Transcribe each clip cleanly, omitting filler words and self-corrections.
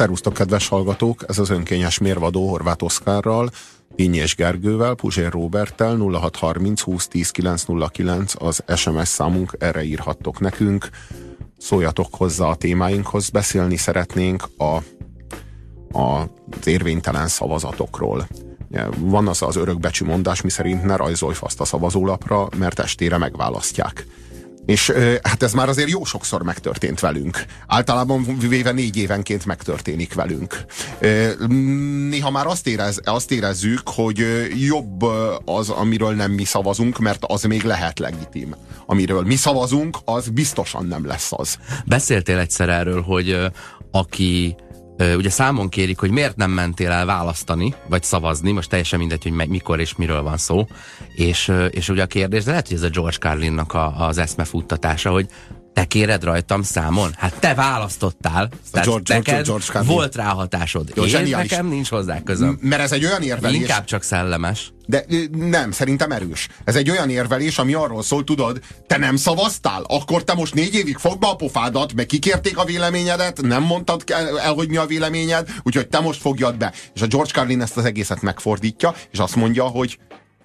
Szervusztok, kedves hallgatók! Ez az önkényes mérvadó Horváth Oszkárral, Tényi és Gergővel, Puzsér Róberttel. 0630 20 10 909 az SMS számunk, erre írhattok nekünk. Szóljatok hozzá a témáinkhoz, beszélni szeretnénk az érvénytelen szavazatokról. Van az örökbecsű mondás, miszerint ne rajzolj faszt a szavazólapra, mert estére megválasztják. És hát ez már azért jó sokszor megtörtént velünk. Általában véve 4 évenként megtörténik velünk. Néha már azt érezzük, hogy jobb az, amiről nem mi szavazunk, mert az még lehet legitim. Amiről mi szavazunk, az biztosan nem lesz az. Beszéltél egyszer erről, hogy aki ugye számon kérik, hogy miért nem mentél el választani, vagy szavazni, most teljesen mindegy, hogy mikor és miről van szó, és ugye a kérdés, de lehet, hogy ez a George Carlinnak az eszmefuttatása, hogy te kéred rajtam számon? Hát te választottál, tehát neked volt rá hatásod. Én nekem nincs hozzá közöm. Mert ez egy olyan érvelés... Inkább csak szellemes. De nem, szerintem erős. Ez egy olyan érvelés, ami arról szól, tudod, te nem szavaztál? Akkor te most 4 évig fogd be a pofádat, meg kikérték a véleményedet, nem mondtad el, hogy mi a véleményed, úgyhogy te most fogjad be. És a George Carlin ezt az egészet megfordítja, és azt mondja, hogy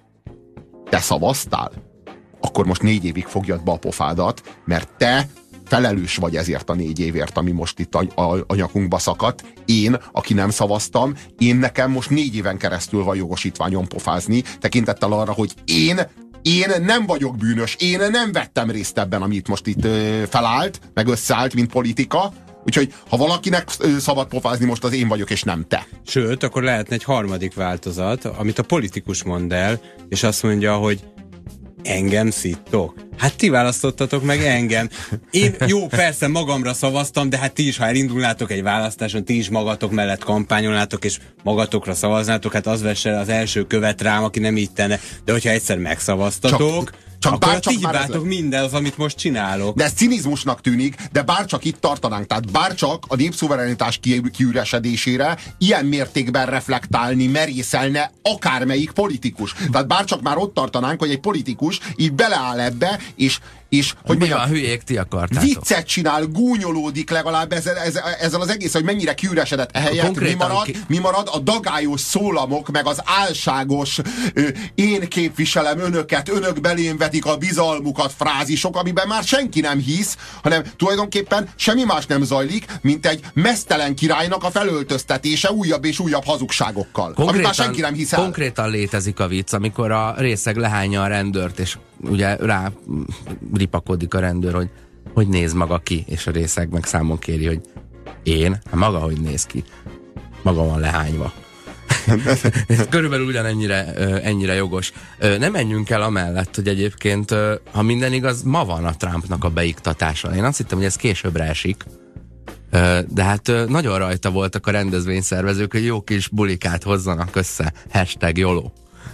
te szavaztál? Akkor most 4 évig fogjad be a pofádat, mert te felelős vagy ezért a 4 évért, ami most itt a nyakunkba szakadt. Én, aki nem szavaztam, nekem most 4 éven keresztül van jogosítványom pofázni, tekintettel arra, hogy én nem vagyok bűnös, én nem vettem részt ebben, amit most itt felállt, meg összeállt, mint politika. Úgyhogy, ha valakinek szabad pofázni, most az én vagyok, és nem te. Sőt, akkor lehetne egy harmadik változat, amit a politikus mond el, és azt mondja, hogy engem szittok. Hát ti választottatok meg engem. Én jó, persze magamra szavaztam, de hát ti is, ha elindulnátok egy választáson, ti is magatok mellett kampányolnátok, és magatokra szavaznátok, hát az vesse az első követ rám, aki nem így tenne. De hogyha egyszer megszavaztatok, akkor ti hibátok minden az, amit most csinálok. De ez cinizmusnak tűnik, de bárcsak itt tartanánk, tehát bárcsak a népszuverenitás kiüresedésére ilyen mértékben reflektálni merészelne akármelyik politikus. Tehát bárcsak már ott tartanánk, hogy egy politikus így beleáll ebbe, és hogy mi a hülyék ti akartátok? Viccet csinál, gúnyolódik legalább ezzel az egész, hogy mennyire kiüresedett. Ehelyett mi marad? A dagályos szólamok, meg az álságos én képviselem önöket, önök belém vetik a bizalmukat frázisok, amiben már senki nem hisz, hanem tulajdonképpen semmi más nem zajlik, mint egy meztelen királynak a felöltöztetése újabb és újabb hazugságokkal. Amit már senki nem hisz el. Konkrétan létezik a vicc, amikor a részeg lehányja a rendőrt, és ugye rá ripakodik a rendőr, hogy néz maga ki, és a részeg meg számon kéri, hogy én? Hát maga hogy néz ki? Maga van lehányva. Körülbelül ennyire jogos. Nem menjünk el amellett, hogy egyébként, ha minden igaz, ma van a Trumpnak a beiktatása. Én azt hittem, hogy ez későbbre esik, de hát nagyon rajta voltak a rendezvényszervezők, hogy jó kis bulikát hozzanak össze. #YOLO.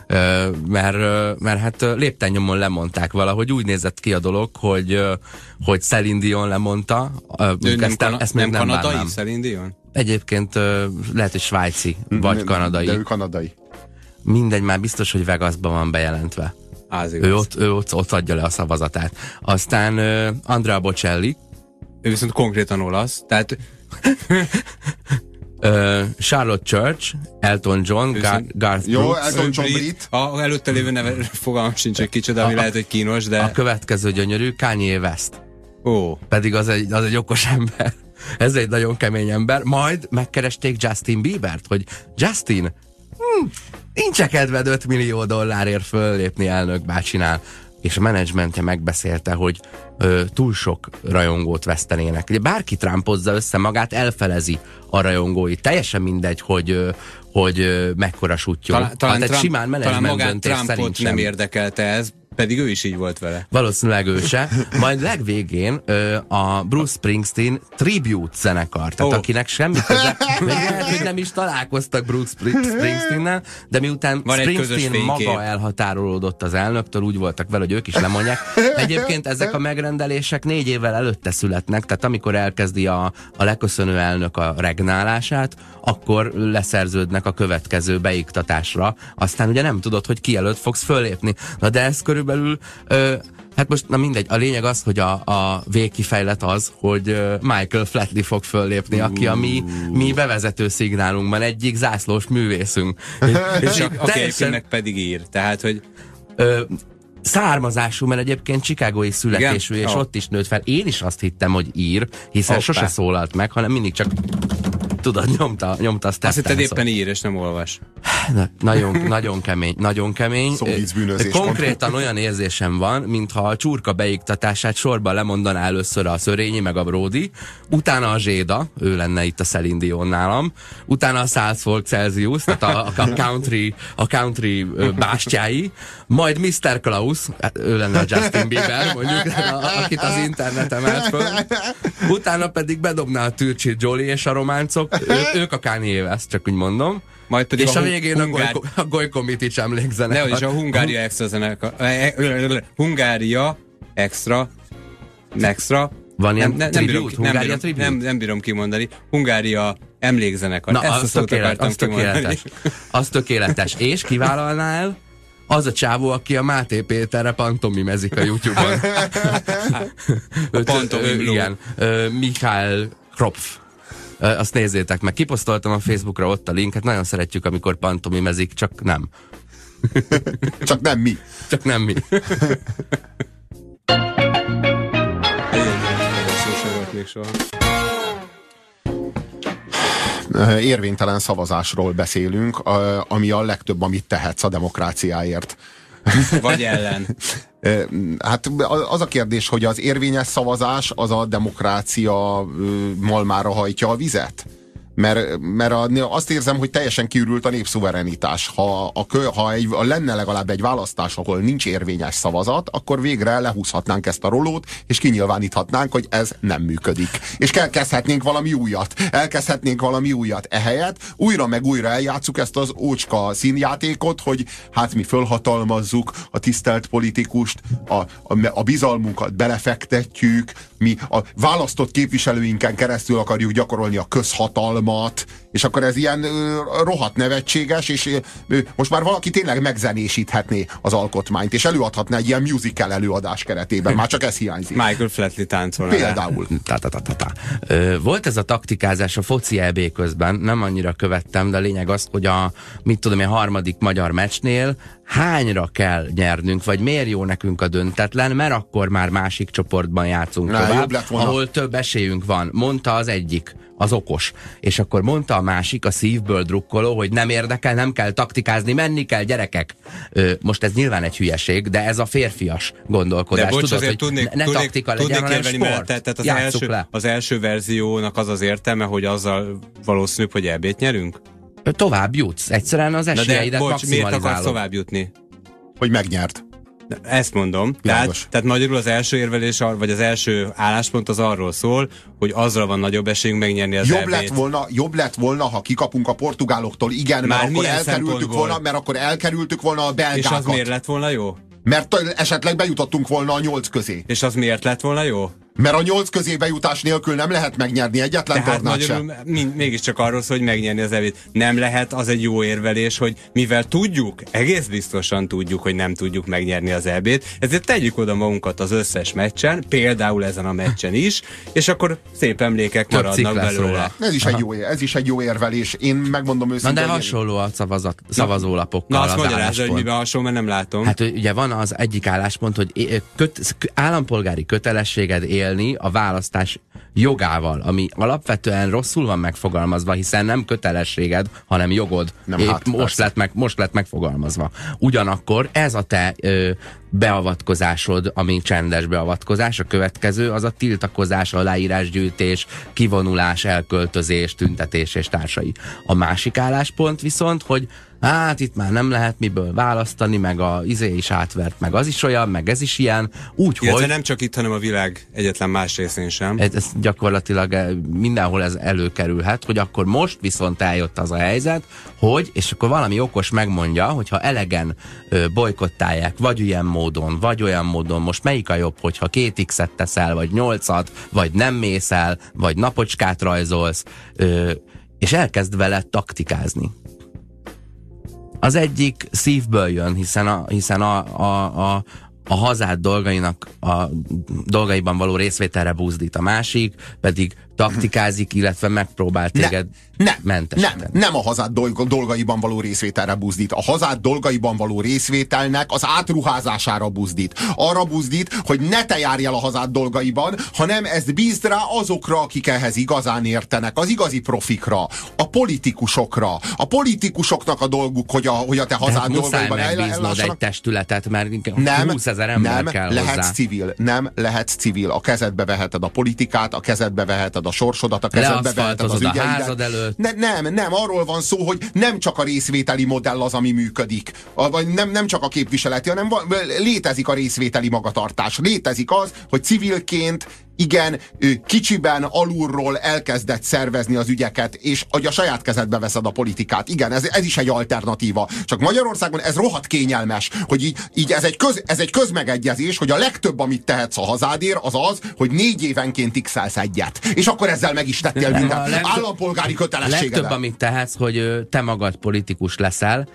Mert hát léptennyomon lemondták valahogy. Úgy nézett ki a dolog, hogy Celine Dion lemondta. Nem kanadai Celine Dion? Egyébként lehet, hogy svájci, vagy kanadai. De ő kanadai. Mindegy, már biztos, hogy Vegasban van bejelentve. Ő ott adja le a szavazatát. Aztán Andrea Bocelli. Ő viszont konkrétan olasz, tehát... Charlotte Church, Elton John, Garth Brooks. Jó, Elton John brit. A előtte lévő neve fogalmam sincs, hogy kicsoda, ami lehet, hogy kínos, de... A következő gyönyörű, Kanye West. Ó. Pedig az egy okos ember. Ez egy nagyon kemény ember. Majd megkeresték Justin Biebert, hogy Justin, nincs kedved $5 millió föllépni elnök bácsinál. És a menedzsmentje megbeszélte, hogy túl sok rajongót vesztenének. Ugye bárki Trumpozza össze magát, elfelezi a rajongóit. Teljesen mindegy, hogy mekkora sutyó. Talán simán menedzsment döntés Trumpot nem érdekelte ez, pedig ő is így volt vele. Valószínűleg ő se. Majd legvégén a Bruce Springsteen tribute zenekar, tehát akinek semmi köze, még lehet, hogy nem is találkoztak Bruce Springsteennel, de miután Springsteen maga elhatárolódott az elnöktől, úgy voltak vele, hogy ők is lemondják. Egyébként ezek a megrendelések 4 évvel előtte születnek, tehát amikor elkezdi a leköszönő elnök a regnálását, akkor leszerződnek a következő beiktatásra. Aztán ugye nem tudod, hogy ki előtt fogsz fölépni. Na de ez körülbelül körülbelül hát most, na mindegy, a lényeg az, hogy a végkifejlet az, hogy Michael Flatley fog föllépni, aki a mi bevezető szignálunkban egyik zászlós művészünk. És aki meg pedig ír. Tehát, hogy származású, mert egyébként chicagói születésű, és ott is nőtt fel. Én is azt hittem, hogy ír, hiszen sose szólalt meg, hanem mindig csak tudod, nyomta a Step azt hitted éppen ír, és nem olvas. Nagyon kemény. Konkrétan olyan érzésem van, mintha a csurka beiktatását sorban lemondaná először a Szörényi meg a Brody, utána a Zséda, ő lenne itt a Celine Dion nálam, utána a 100 Folk Celsius, tehát a country bástyái, majd Mr. Klaus, ő lenne a Justin Bieber, mondjuk, akit az interneten emelt föl, utána pedig bedobná a Türcsi Jolly és a románcok, ők a Kanye West, csak úgy mondom. Majd pedig és a végén a Gojkomitic emlékzenekar. És a Hungária Extra zenekar. Hungária Extra. Van ilyen tribute? Hungária tribute? Nem bírom kimondani. Hungária emlékzenekar. Na, az tökéletes. És kivállalná el az a csávó, aki a Máté Péterre pantomimezik a YouTube-on. Igen. Michael Kropf. Azt nézzétek meg. Kiposztoltam a Facebookra ott a linket. Nagyon szeretjük, amikor pantomimezik, csak nem. Csak nem mi. Csak nem mi. Érvénytelen szavazásról beszélünk, ami a legtöbb, amit tehetsz a demokráciáért. Vagy ellen. Hát az a kérdés, hogy az érvényes szavazás az a demokrácia malmára hajtja a vizet? Mert azt érzem, hogy teljesen kiürült a népszuverenitás. Ha lenne legalább egy választás, ahol nincs érvényes szavazat, akkor végre lehúzhatnánk ezt a rolót, és kinyilváníthatnánk, hogy ez nem működik. És elkezdhetnénk valami újat. Ehelyett újra meg újra eljátszuk ezt az ócska színjátékot, hogy hát mi fölhatalmazzuk a tisztelt politikust, a bizalmunkat belefektetjük, mi a választott képviselőinken keresztül akarjuk gyakorolni a közhatalmat, és akkor ez ilyen rohadt nevetséges, és most már valaki tényleg megzenésíthetné az alkotmányt, és előadhatná egy ilyen musical előadás keretében. Már csak ez hiányzik. Michael Flatley táncolna. Például. Volt ez a taktikázás a foci EB közben, nem annyira követtem, de a lényeg az, hogy a harmadik magyar meccsnél hányra kell nyernünk, vagy miért jó nekünk a döntetlen, mert akkor már másik csoportban játszunk tovább, ahol több esélyünk van. Mondta az egyik, az okos. És akkor mondta a másik, a szívből drukkoló, hogy nem érdekel, nem kell taktikázni, menni kell, gyerekek. Most ez nyilván egy hülyeség, de ez a férfias gondolkodás. De bocs, tudod, hogy ne taktika legyen, hanem sport. Tehát az első verziónak az értelme, hogy azzal valószínűbb, hogy EB-t nyerünk? Tovább jutsz. Egyszerűen az esélyeidet maximalizálod. Miért akarsz tovább jutni? Hogy megnyert. Ezt mondom. Tehát magyarul az első érvelés, vagy az első álláspont az arról szól, hogy azra van nagyobb esélyünk megnyerni az EB-t. Jobb lett volna, ha kikapunk a portugáloktól, igen, mert akkor elkerültük volna a belgákat. És az miért lett volna jó? Mert esetleg bejutottunk volna a 8 közé. És az miért lett volna jó? Mert a 8 közé bejutás nélkül nem lehet megnyerni egyetlen tornát sem. Mégiscsak arról szól, hogy megnyerni az EB-t. Nem lehet az egy jó érvelés, hogy mivel tudjuk, egész biztosan tudjuk, hogy nem tudjuk megnyerni az EB-t, ezért tegyük oda magunkat az összes meccsen, például ezen a meccsen is, és akkor szép emlékek maradnak belőle. Ez is egy jó érvelés. Én megmondom őszintén. Na de hasonló a szavazólapokkal. Na azt magyarázza, hogy miben hasonló, mert nem látom. Hát ugye van az egyik álláspont, hogy állampolgári kötelességed élni a választás jogával, ami alapvetően rosszul van megfogalmazva, hiszen nem kötelességed, hanem jogod. Most lett megfogalmazva. Ugyanakkor ez a te beavatkozásod, ami csendes beavatkozás, a következő az a tiltakozás, aláírásgyűjtés, kivonulás, elköltözés, tüntetés és társai. A másik álláspont viszont, hogy hát itt már nem lehet miből választani, meg a izé is átvert, meg az is olyan, meg ez is ilyen. Úgyhogy nem csak itt, hanem a világ egyetlen más részén sem. Ez gyakorlatilag mindenhol ez előkerülhet, hogy akkor most viszont eljött az a helyzet, hogy, és akkor valami okos megmondja, hogyha elegen bojkottálják, vagy ilyen módon, vagy olyan módon, most melyik a jobb, hogyha 2x-et teszel, vagy 8-at, vagy nem mész el, vagy napocskát rajzolsz, és elkezd vele taktikázni. Az egyik szívből jön, hiszen a hazád dolgaiban való részvételre buzdít, a másik pedig taktikázik, illetve megpróbál téged mentesíteni. Nem a hazád dolgaiban való részvételre buzdít. A hazád dolgaiban való részvételnek az átruházására buzdít. Arra buzdít, hogy ne te járj el a hazád dolgaiban, hanem ezt bízd rá azokra, akik ehhez igazán értenek, az igazi profikra, a politikusokra. A politikusoknak a dolguk, hogy a te hazád dolgaiban megbíznod egy testületet, mert 20 000 ember kell lehetsz hozzá. Civil, nem lehetsz civil. A kezedbe veheted a politikát, a kezedbe veheted a sorsodat, a kezedbe veheted az ügyeidet. Nem, arról van szó, hogy nem csak a részvételi modell az, ami működik. Vagy nem csak a képviseleti, hanem létezik a részvételi magatartás. Létezik az, hogy civilként igen, kicsiben, alulról elkezdett szervezni az ügyeket, és hogy a saját kezedbe veszed a politikát. Igen, ez is egy alternatíva. Csak Magyarországon ez rohadt kényelmes, hogy így ez egy közmegegyezés, hogy a legtöbb, amit tehetsz a hazádért, az az, hogy 4 évenként x-elsz egyet. És akkor ezzel meg is tettél minden állampolgári kötelességedet. Legtöbb, amit tehetsz, hogy te magad politikus leszel,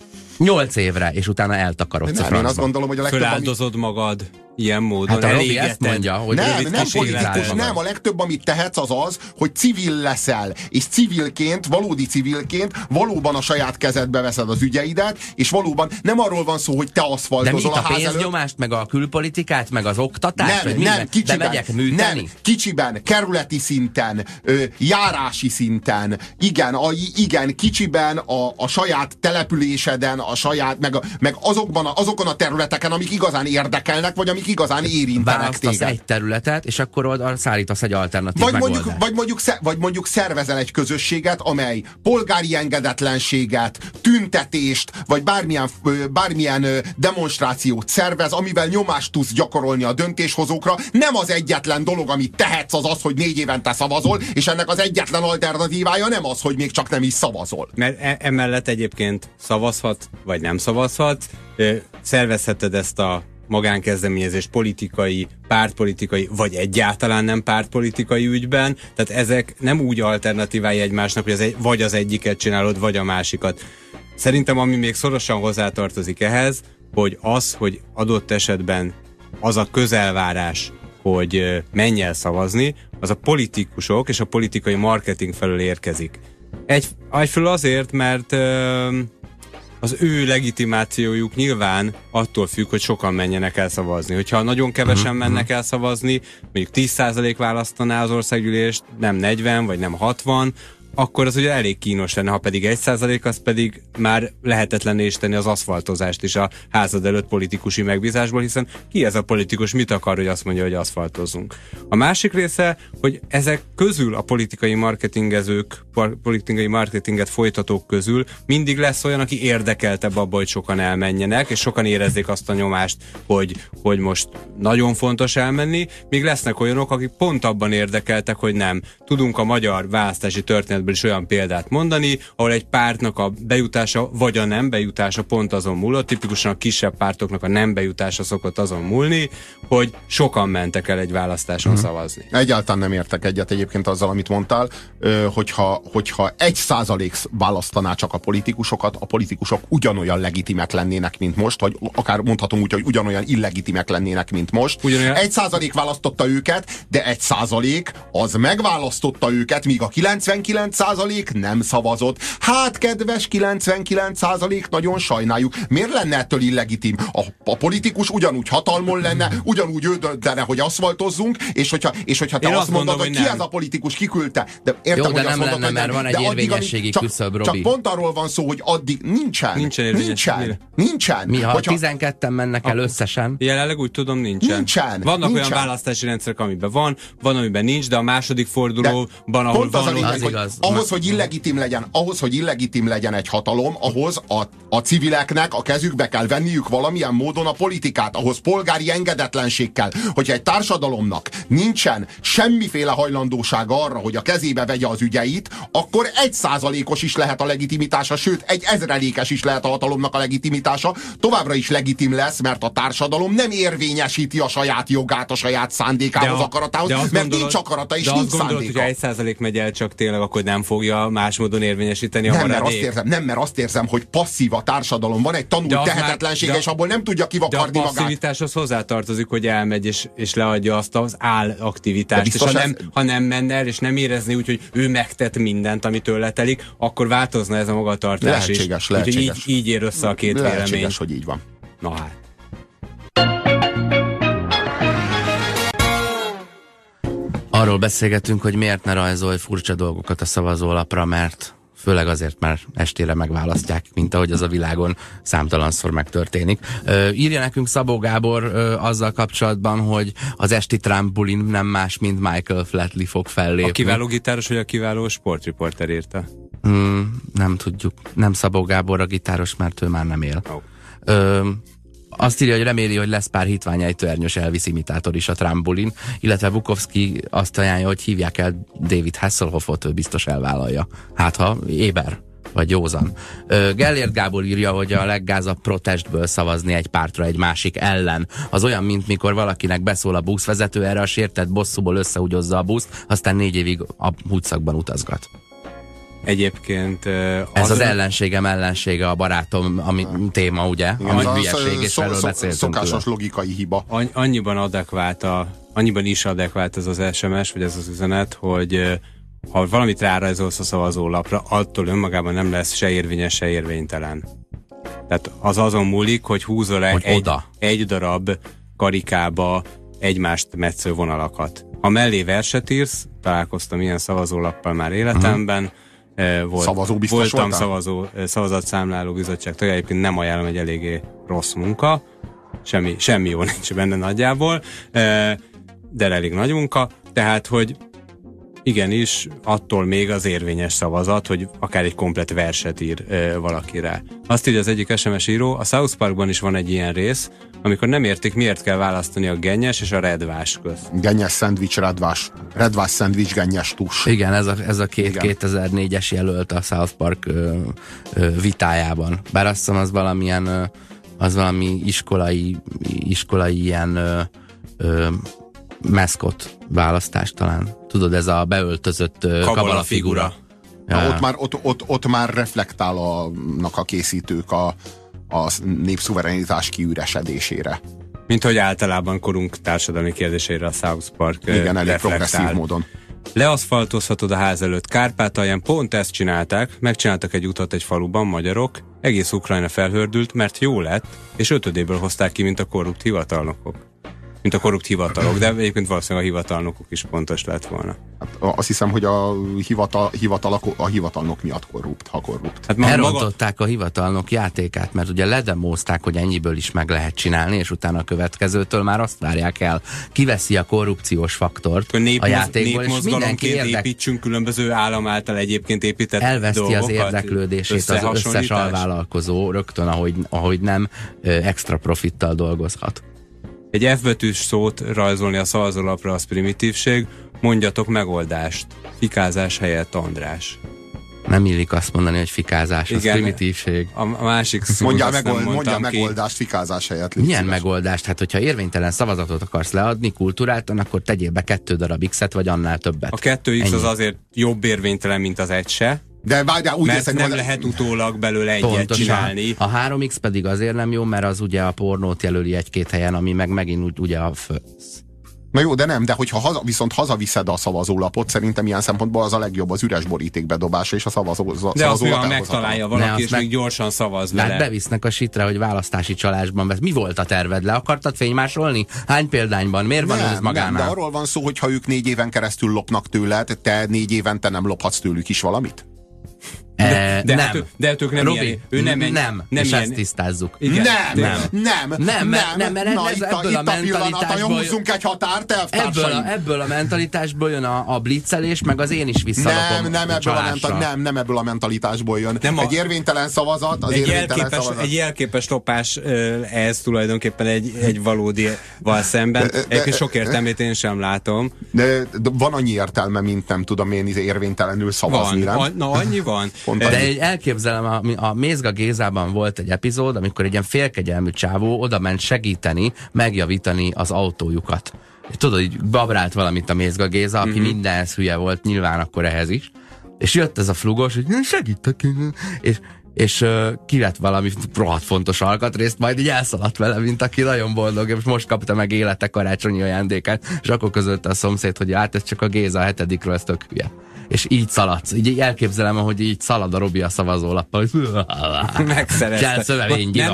8 évre, és utána eltakarodsz a francba. Én azt gondolom, hogy a legtöbb, föláldozod magad ilyen módon. Hát a Robi ezt mondja, hogy nem politikus, nem. A legtöbb, amit tehetsz, az az, hogy civil leszel. És civilként, valódi civilként valóban a saját kezedbe veszed az ügyeidet, és valóban nem arról van szó, hogy te aszfaltozol a ház előtt. De mit, a pénznyomást, meg a külpolitikát, meg az oktatást? Nem, kicsiben. De megyek műteni? Nem, kicsiben, kerületi szinten, járási szinten, igen, kicsiben a saját településeden, a saját, meg azokon a területeken, amik igazán érdekelnek, vagy amik igazán érintenek választasz téged. Egy területet, és akkor oda szállítasz egy alternatív megoldást. Vagy mondjuk szervezel egy közösséget, amely polgári engedetlenséget, tüntetést, vagy bármilyen demonstrációt szervez, amivel nyomást tudsz gyakorolni a döntéshozókra. Nem az egyetlen dolog, amit tehetsz, az az, hogy 4 évente szavazol, és ennek az egyetlen alternatívája nem az, hogy még csak nem is szavazol. Mert emellett egyébként szavazhat, vagy nem szavazhat, szervezheted ezt a magánkezdeményezés politikai, pártpolitikai, vagy egyáltalán nem pártpolitikai ügyben, tehát ezek nem úgy alternatívái egymásnak, hogy vagy az egyiket csinálod, vagy a másikat. Szerintem ami még szorosan hozzátartozik ehhez, hogy hogy adott esetben az a közelvárás, hogy menj el szavazni, az a politikusok és a politikai marketing felől érkezik. Egyfelől azért, mert az ő legitimációjuk nyilván attól függ, hogy sokan menjenek el szavazni. Hogyha nagyon kevesen mennek el szavazni, mondjuk 10% választaná az országgyűlést, nem 40 vagy nem 60, akkor az ugye elég kínos lenne, ha pedig 1%, az pedig már lehetetlenné is tenni az aszfaltozást is a házad előtt politikusi megbízásból, hiszen ki ez a politikus, mit akar, hogy azt mondja, hogy aszfaltozzunk. A másik része, hogy ezek közül a politikai marketingezők, politikai marketinget folytatók közül mindig lesz olyan, aki érdekeltebb abban, hogy sokan elmenjenek, és sokan érezzék azt a nyomást, hogy most nagyon fontos elmenni, míg lesznek olyanok, akik pont abban érdekeltek, hogy nem. Tudunk a magyar választási történetből is olyan példát mondani, ahol egy pártnak a bejutása vagy a nem bejutása pont azon múlott, tipikusan a kisebb pártoknak a nem bejutása szokott azon múlni, hogy sokan mentek el egy választáson szavazni. Egyáltalán nem értek egyet egyébként azzal, amit mondtál, hogyha 1% választaná csak a politikusokat, a politikusok ugyanolyan legitimek lennének, mint most, vagy akár mondhatunk úgy, hogy ugyanolyan illegitimek lennének, mint most. 1% választotta őket, de 1% az megválasztotta őket, míg a 99% nem szavazott. Hát, kedves 99%, nagyon sajnáljuk. Miért lenne ettől illegitim? A politikus ugyanúgy hatalmon lenne, ugyanúgy ő döntene, hogy aszfaltozzunk, és hogyha te azt mondod, hogy ki ez a politikus, kiküldte. De értem, jó, de nem lenne, mert van egy érvényességi küszöb, Robi. Csak pont arról van szó, hogy addig nincsen. Mi, ha 12-en mennek el összesen? Jelenleg úgy tudom, nincsen. Vannak olyan választási rendszerek, amiben van, amiben nincs, de a második fordulóban, ahol van, az igaz. Ahhoz, hogy illegitim legyen egy hatalom, ahhoz a civileknek a kezükbe kell venniük valamilyen módon a politikát, ahhoz polgári engedetlenség kell. Hogyha egy társadalomnak nincsen semmiféle hajlandósága arra, hogy a kezébe vegye az ügyeit, akkor 1%-os is lehet a legitimitása, sőt, 1000-es is lehet a hatalomnak a legitimitása. Továbbra is legitim lesz, mert a társadalom nem érvényesíti a saját jogát, a saját szándékához, akaratához, mert nincs akarata és nincs szándéka. Hogyha 1% megy el csak tényleg, akkor nem fogja más módon érvényesíteni a maradék. Mert azt érzem, hogy passzív a társadalom, van egy tanult tehetetlensége, és abból nem tudja kivakarni magát. De a passzivitáshoz hozzátartozik, hogy elmegy és leadja azt az állaktivitást, és ha nem menne el, és nem érezni úgy, hogy ő megtett mindent, ami tőle telik, akkor változna ez a magatartás is. Lehetséges. Így ér össze a két vélemény. Lehetséges, hogy így van. Na hát. Arról beszélgetünk, hogy miért ne rajzolj furcsa dolgokat a szavazólapra, mert főleg azért, mert estére megválasztják, mint ahogy az a világon számtalanszor megtörténik. Írja nekünk Szabó Gábor azzal kapcsolatban, hogy az esti Trump bulin nem más, mint Michael Flatley fog fellépni. A kiváló gitáros, vagy a kiváló sportriporter írta? Nem tudjuk. Nem Szabó Gábor a gitáros, mert ő már nem él. Azt írja, hogy reméli, hogy lesz pár hitványejtő ernyős Elvis imitátor is a Trump bulin, illetve Bukowski azt ajánlja, hogy hívják el David Hasselhoffot, ő biztos elvállalja. Hát ha éber vagy józan. Gellért Gábor írja, hogy a leggázabb protestből szavazni egy pártra egy másik ellen. Az olyan, mint mikor valakinek beszól a buszvezető, erre a sértett bosszúból összehúgyozza a buszt, aztán 4 évig a húgyszakban utazgat. Egyébként... Ez az ellenségem ellensége, a barátom, ami téma, ugye? Igen, ami hülyeség, és erről beszéltünk. Szokásos logikai hiba. Annyiban is adekvált ez az SMS, vagy ez az üzenet, hogy ha valamit rárajzolsz a szavazólapra, attól önmagában nem lesz se érvényes, se érvénytelen. Tehát az azon múlik, hogy húzol egy darab karikába egymást metsző vonalakat. Ha mellé verset írsz, találkoztam ilyen szavazólappal már életemben, voltam szavazatszámláló bizottság tagja, egyébként nem ajánlom, egy eléggé rossz munka, semmi jó nincs benne nagyjából, de elég nagy munka, tehát, hogy igenis, attól még az érvényes szavazat, hogy akár egy komplett verset ír valaki rá. Azt írja az egyik SMS író, a South Parkban is van egy ilyen rész, amikor nem értik, miért kell választani a gennyes és a redvás közt. Gennyes szendvics, redvás szendvics, gennyes tus. Igen, ez a két 2004-es jelölt a South Park vitájában. Bár azt hiszem, az valami iskolai ilyen meszkot választás talán. Tudod, ez a beöltözött kabala figura. Ja. Ott már reflektálnak a készítők a népszuverenitás kiüresedésére. Mint hogy általában korunk társadalmi kérdéseire a South Park igen, elég progresszív módon. Leaszfaltozhatod a ház előtt. Kárpátalján pont ezt csinálták, megcsináltak egy utat egy faluban, magyarok, egész Ukrajna felhördült, mert jó lett, és 5-ből hozták ki, mint a korrupt hivatalnokok. Mint a korrupt hivatalok, de egyébként valószínűleg a hivatalnokok is pontos lett volna. Hát azt hiszem, hogy a hivatalnok miatt korrupt, ha korrupt. Hát elrontották a hivatalnok játékát, mert ugye ledemózták, hogy ennyiből is meg lehet csinálni, és utána a következőtől már azt várják el. Kiveszi a korrupciós faktort a játékból, és mindenki építsünk különböző állam által egyébként épített elveszti dolgokat, az érdeklődését az összes alvállalkozó rögtön, ahogy nem extra profittal dolgozhat. Egy F betűs szót rajzolni a szavazólapra az primitívség, mondjatok megoldást. Fikázás helyett András. Nem illik azt mondani, hogy fikázás, igen, az primitívség. A másik szó, mondja megoldást fikázás helyett. Milyen megoldást? Hát, hogyha érvénytelen szavazatot akarsz leadni kultúráltan, akkor tegyél be 2 darab X-et, vagy annál többet. A 2X az azért jobb érvénytelen, mint az 1 se. De úgy mert nem lehet utólag belőle egyet csinálni. A 3X pedig azért nem jó, mert az ugye a pornót jelöli 1-2 helyen, ami meg megint ugye a fösz. Na jó, de nem, de hogyha viszont hazaviszed a szavazólapot, szerintem ilyen szempontból az a legjobb, az üres boríték bedobása és a szavazólap. De azt mivel megtalálja valaki, és még gyorsan szavaz vele. Hát bevisznek a sitre, hogy választási csalásban vesz. Mi volt a terved? Le akartad fénymásolni? Hány példányban? Miért van ez magánál? Nem, de arról van szó, hogy ha ők 4 éven keresztül lopnak tőled, te 4 évente nem lophatsz tőlük is valamit? De ők nem Robi, ilyen. Ő nem és ilyen. ezt tisztázzuk. Igen, nem, mert ebből a mentalitásból húzzunk egy határt, elvtársaim. Ebből a mentalitásból jön a blitzelés, meg az én is visszalopom nem ebből a mentalitásból jön. Egy érvénytelen szavazat, az érvénytelen szavazat. Egy jelképes lopás, ez tulajdonképpen egy valódival szemben. Egyébként sok értelmét én sem látom. De van annyi értelme, mint nem tudom én érvénytelenül szavazni, nem? Na, annyi van. De elképzelem, a Mézga Gézában volt egy epizód, amikor egy ilyen félkegyelmű csávó oda ment segíteni, megjavítani az autójukat. Tudod, így babrált valamit a Mézga Géza, aki mindenhez hülye volt, nyilván akkor ehhez is. És jött ez a flugos, hogy segítek én, és kivett valami rohadt fontos alkatrészt, majd így elszaladt vele, mint aki nagyon boldog, és most kapta meg élete karácsonyi ajándékát, és akkor közölte a szomszéd, hogy hát ez csak a Géza a 7-ről, ez tök hülye. És így szaladsz. Így elképzelem, hogy így szalad a Robi a szavazólappal. Megszerezte.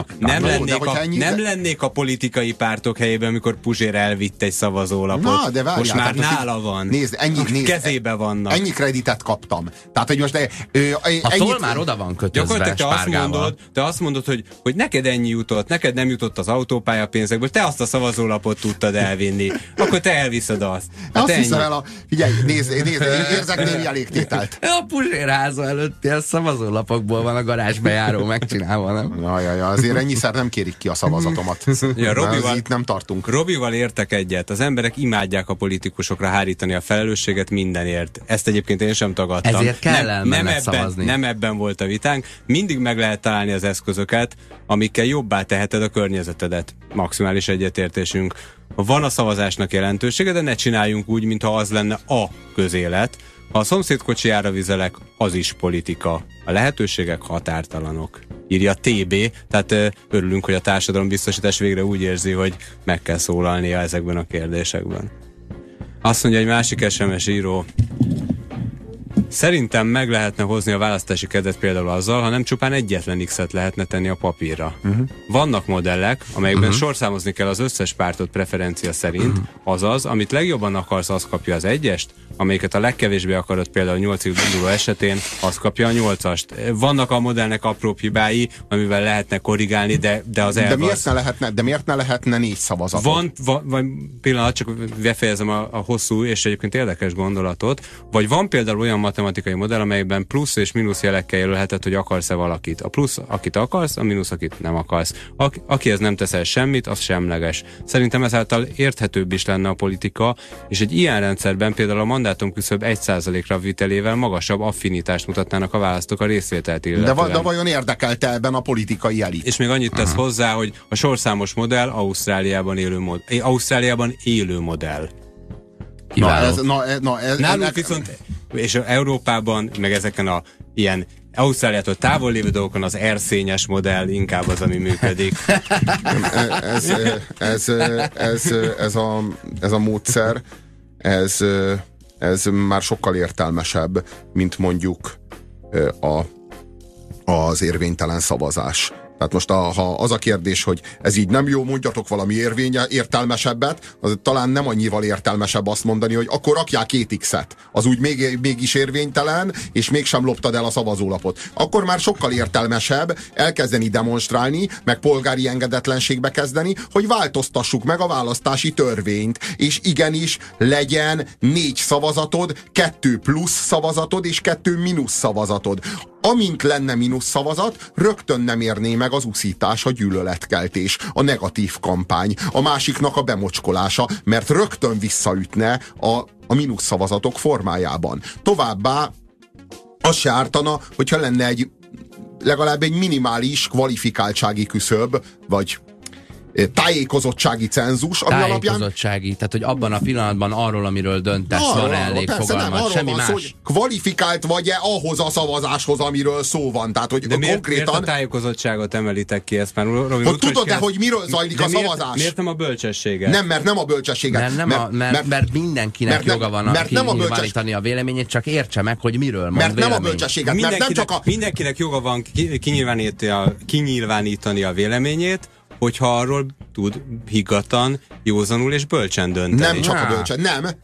Nem lennék a politikai pártok helyében, amikor Puzsér elvitt egy szavazólapot. Na, de várjál, most már nála van. Nézd, kezébe vannak. Ennyi kreditet kaptam. Tehát, hogy most a toll már oda van kötözve spárgával. Te azt mondod, hogy neked ennyi jutott, neked nem jutott az autópálya pénzekből, te azt a szavazólapot tudtad elvinni. Akkor te elviszed azt. Azt hiszem el figyelj, nézd, érzek némi elégtételt. A Puzsér háza előtt ilyen szavazólapokból van a garázsbejáró megcsinálva, nem? Ja, azért ennyiszer nem kérik ki a szavazatomat. Ja, itt nem tartunk. Robival értek egyet. Az emberek imádják a politikusokra hárítani a felelősséget mindenért. Ezt egyébként én sem tagadtam. Ezért kell elmenned szavazni. Nem ebben volt a vitánk. Mindig meg lehet találni az eszközöket, amikkel jobbá teheted a környezetedet. Maximális egyetértésünk. Van a szavazásnak jelentősége, de ne csináljunk úgy, mintha az lenne a közélet. Ha a szomszéd kocsijára vizelek, az is politika. A lehetőségek határtalanok. Írja TB, tehát örülünk, hogy a társadalombiztosítás végre úgy érzi, hogy meg kell szólalnia ezekben a kérdésekben. Azt mondja egy másik SMS író, szerintem meg lehetne hozni a választási kedvet például azzal, ha nem csupán egyetlen X-et lehetne tenni a papírra. Vannak modellek, amelyekben sorszámozni kell az összes pártot preferencia szerint, azaz, amit legjobban akarsz, az kapja az 1-est, amelyiket a legkevésbé akarod, például 8-ig induló esetén, az kapja a 8-ast. Vannak a modellnek apró hibái, amivel lehetne korrigálni, de az elv de miért ne lehetne 4 szavazatot? Van pillanat, csak befejezem a hosszú és egyébként érdekes gondolatot, vagy van például olyan matematikai modell, amelyben plusz és mínusz jelekkel jelölheted, hogy akarsz-e valakit. A plusz, akit akarsz, a mínusz, akit nem akarsz. Akihez nem teszel semmit, az semleges. Szerintem ezáltal érthetőbb is lenne a politika, és egy ilyen rendszerben például a mandátumküszöb 1%-ra vitelével magasabb affinitást mutatnának a választók a részvételt illetően. De vajon érdekelte ebben a politikai elit? És még annyit tesz hozzá, hogy a sorszámos modell Ausztráliában élő modell. Nálunk viszont, és Európában, meg ezeken a ilyen Ausztráliától távol lévő dolgokon az erszényes modell inkább az, ami működik. Ez a módszer, ez már sokkal értelmesebb, mint mondjuk az érvénytelen szavazás. Tehát most ha az a kérdés, hogy ez így nem jó, mondjatok valami értelmesebbet, az talán nem annyival értelmesebb azt mondani, hogy akkor rakják 2 X-et. Az úgy mégis érvénytelen, és mégsem loptad el a szavazólapot. Akkor már sokkal értelmesebb elkezdeni demonstrálni, meg polgári engedetlenségbe kezdeni, hogy változtassuk meg a választási törvényt, és igenis legyen 4 szavazatod, 2 plusz szavazatod, és 2 mínusz szavazatod. Amint lenne mínusz szavazat, rögtön nem érné meg az uszítás, a gyűlöletkeltés, a negatív kampány, a másiknak a bemocskolása, mert rögtön visszaütne a mínusz szavazatok formájában. Továbbá az se ártana, hogyha lenne legalább egy minimális kvalifikáltsági küszöb, vagy tájékozottsági cenzus, ami tájékozottsági, tehát hogy abban a pillanatban arról, amiről döntesz, van elég fogalmat, semmi más. Hogy kvalifikált vagy-e ahhoz a szavazáshoz, amiről szó van. Tehát, hogy de miért a tájékozottságot emelitek ki ezt már? Hogy tudod-e, hogy miről zajlik a szavazás? Miért nem a bölcsességet? Nem, mert nem a bölcsességet. Mert mindenkinek joga van kinyilvánítani a véleményét, csak értse meg, hogy miről mond vélemény. Nem a bölcsességet. Mindenkinek joga van kinyilvánítani a véleményét, hogyha arról tud higgadtan, józanul és bölcsen dönteni. Nem csak a bölcsen.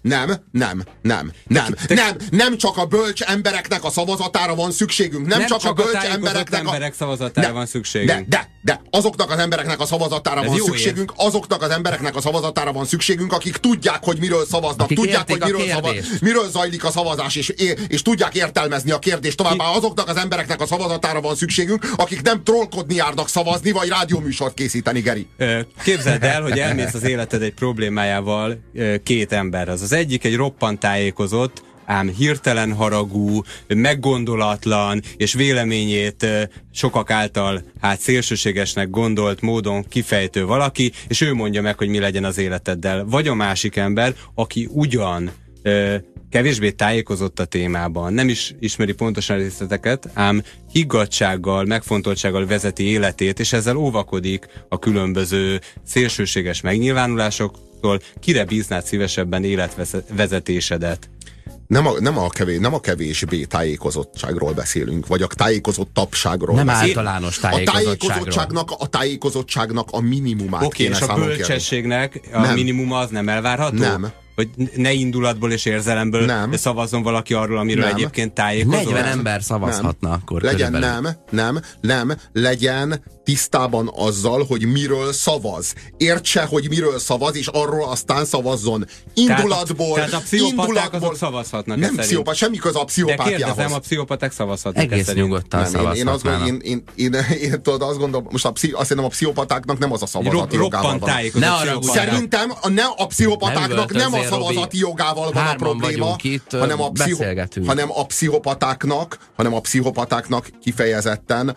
Nem csak a bölcs embereknek a szavazatára van szükségünk. Nem csak a bölcs emberek szavazatára van szükségünk. De azoknak az embereknek a szavazatára van szükségünk, azoknak az embereknek a szavazatára van szükségünk, akik tudják, hogy miről szavaznak, akik tudják, hogy miről zajlik a szavazás, és tudják értelmezni a kérdést. Továbbá azoknak az embereknek a szavazatára van szükségünk, akik nem trollkodni járnak szavazni, vagy rádióműsort készíteni, Geri. Képzeld el, hogy elmész az életed egy problémájával 2 ember. Az egyik egy roppant tájékozott, ám hirtelen haragú, meggondolatlan, és véleményét sokak által szélsőségesnek gondolt módon kifejtő valaki, és ő mondja meg, hogy mi legyen az életeddel. Vagy a másik ember, aki ugyan kevésbé tájékozott a témában, nem is ismeri pontosan részleteket, ám higgadtsággal, megfontoltsággal vezeti életét, és ezzel óvakodik a különböző szélsőséges megnyilvánulásoktól. Kire bíznád szívesebben életvezetésedet? Nem a kevésbé tájékozottságról beszélünk, vagy a tájékozottabbságról Nem beszélünk. általános tájékozottságról. A tájékozottságnak a minimumát kéne és a számon kérni. bölcsességnek a minimuma az nem elvárható? Nem. Hogy ne indulatból és érzelemből szavazzon valaki arról, amiről egyébként tájékozott? 40 ember szavazhatna akkor legyen, körülbelül. nem, legyen tisztában azzal, hogy miről szavaz. Értse, hogy miről szavaz, és arról aztán szavazzon. Indulatból. Tehát a pszichopaták azok szavazhatnak. Nem pszichopat, semmi köz a pszichopátiához. De kérdezem, a pszichopaták szavazhatnak. Egész nyugodtan szavazhatnának. Én tudod, azt gondolom, most azt hiszem a pszichopatáknak nem az a szavazati jogával van. Szerintem a pszichopatáknak nem a szavazati jogával van a probléma, hanem a pszichopatáknak kifejezetten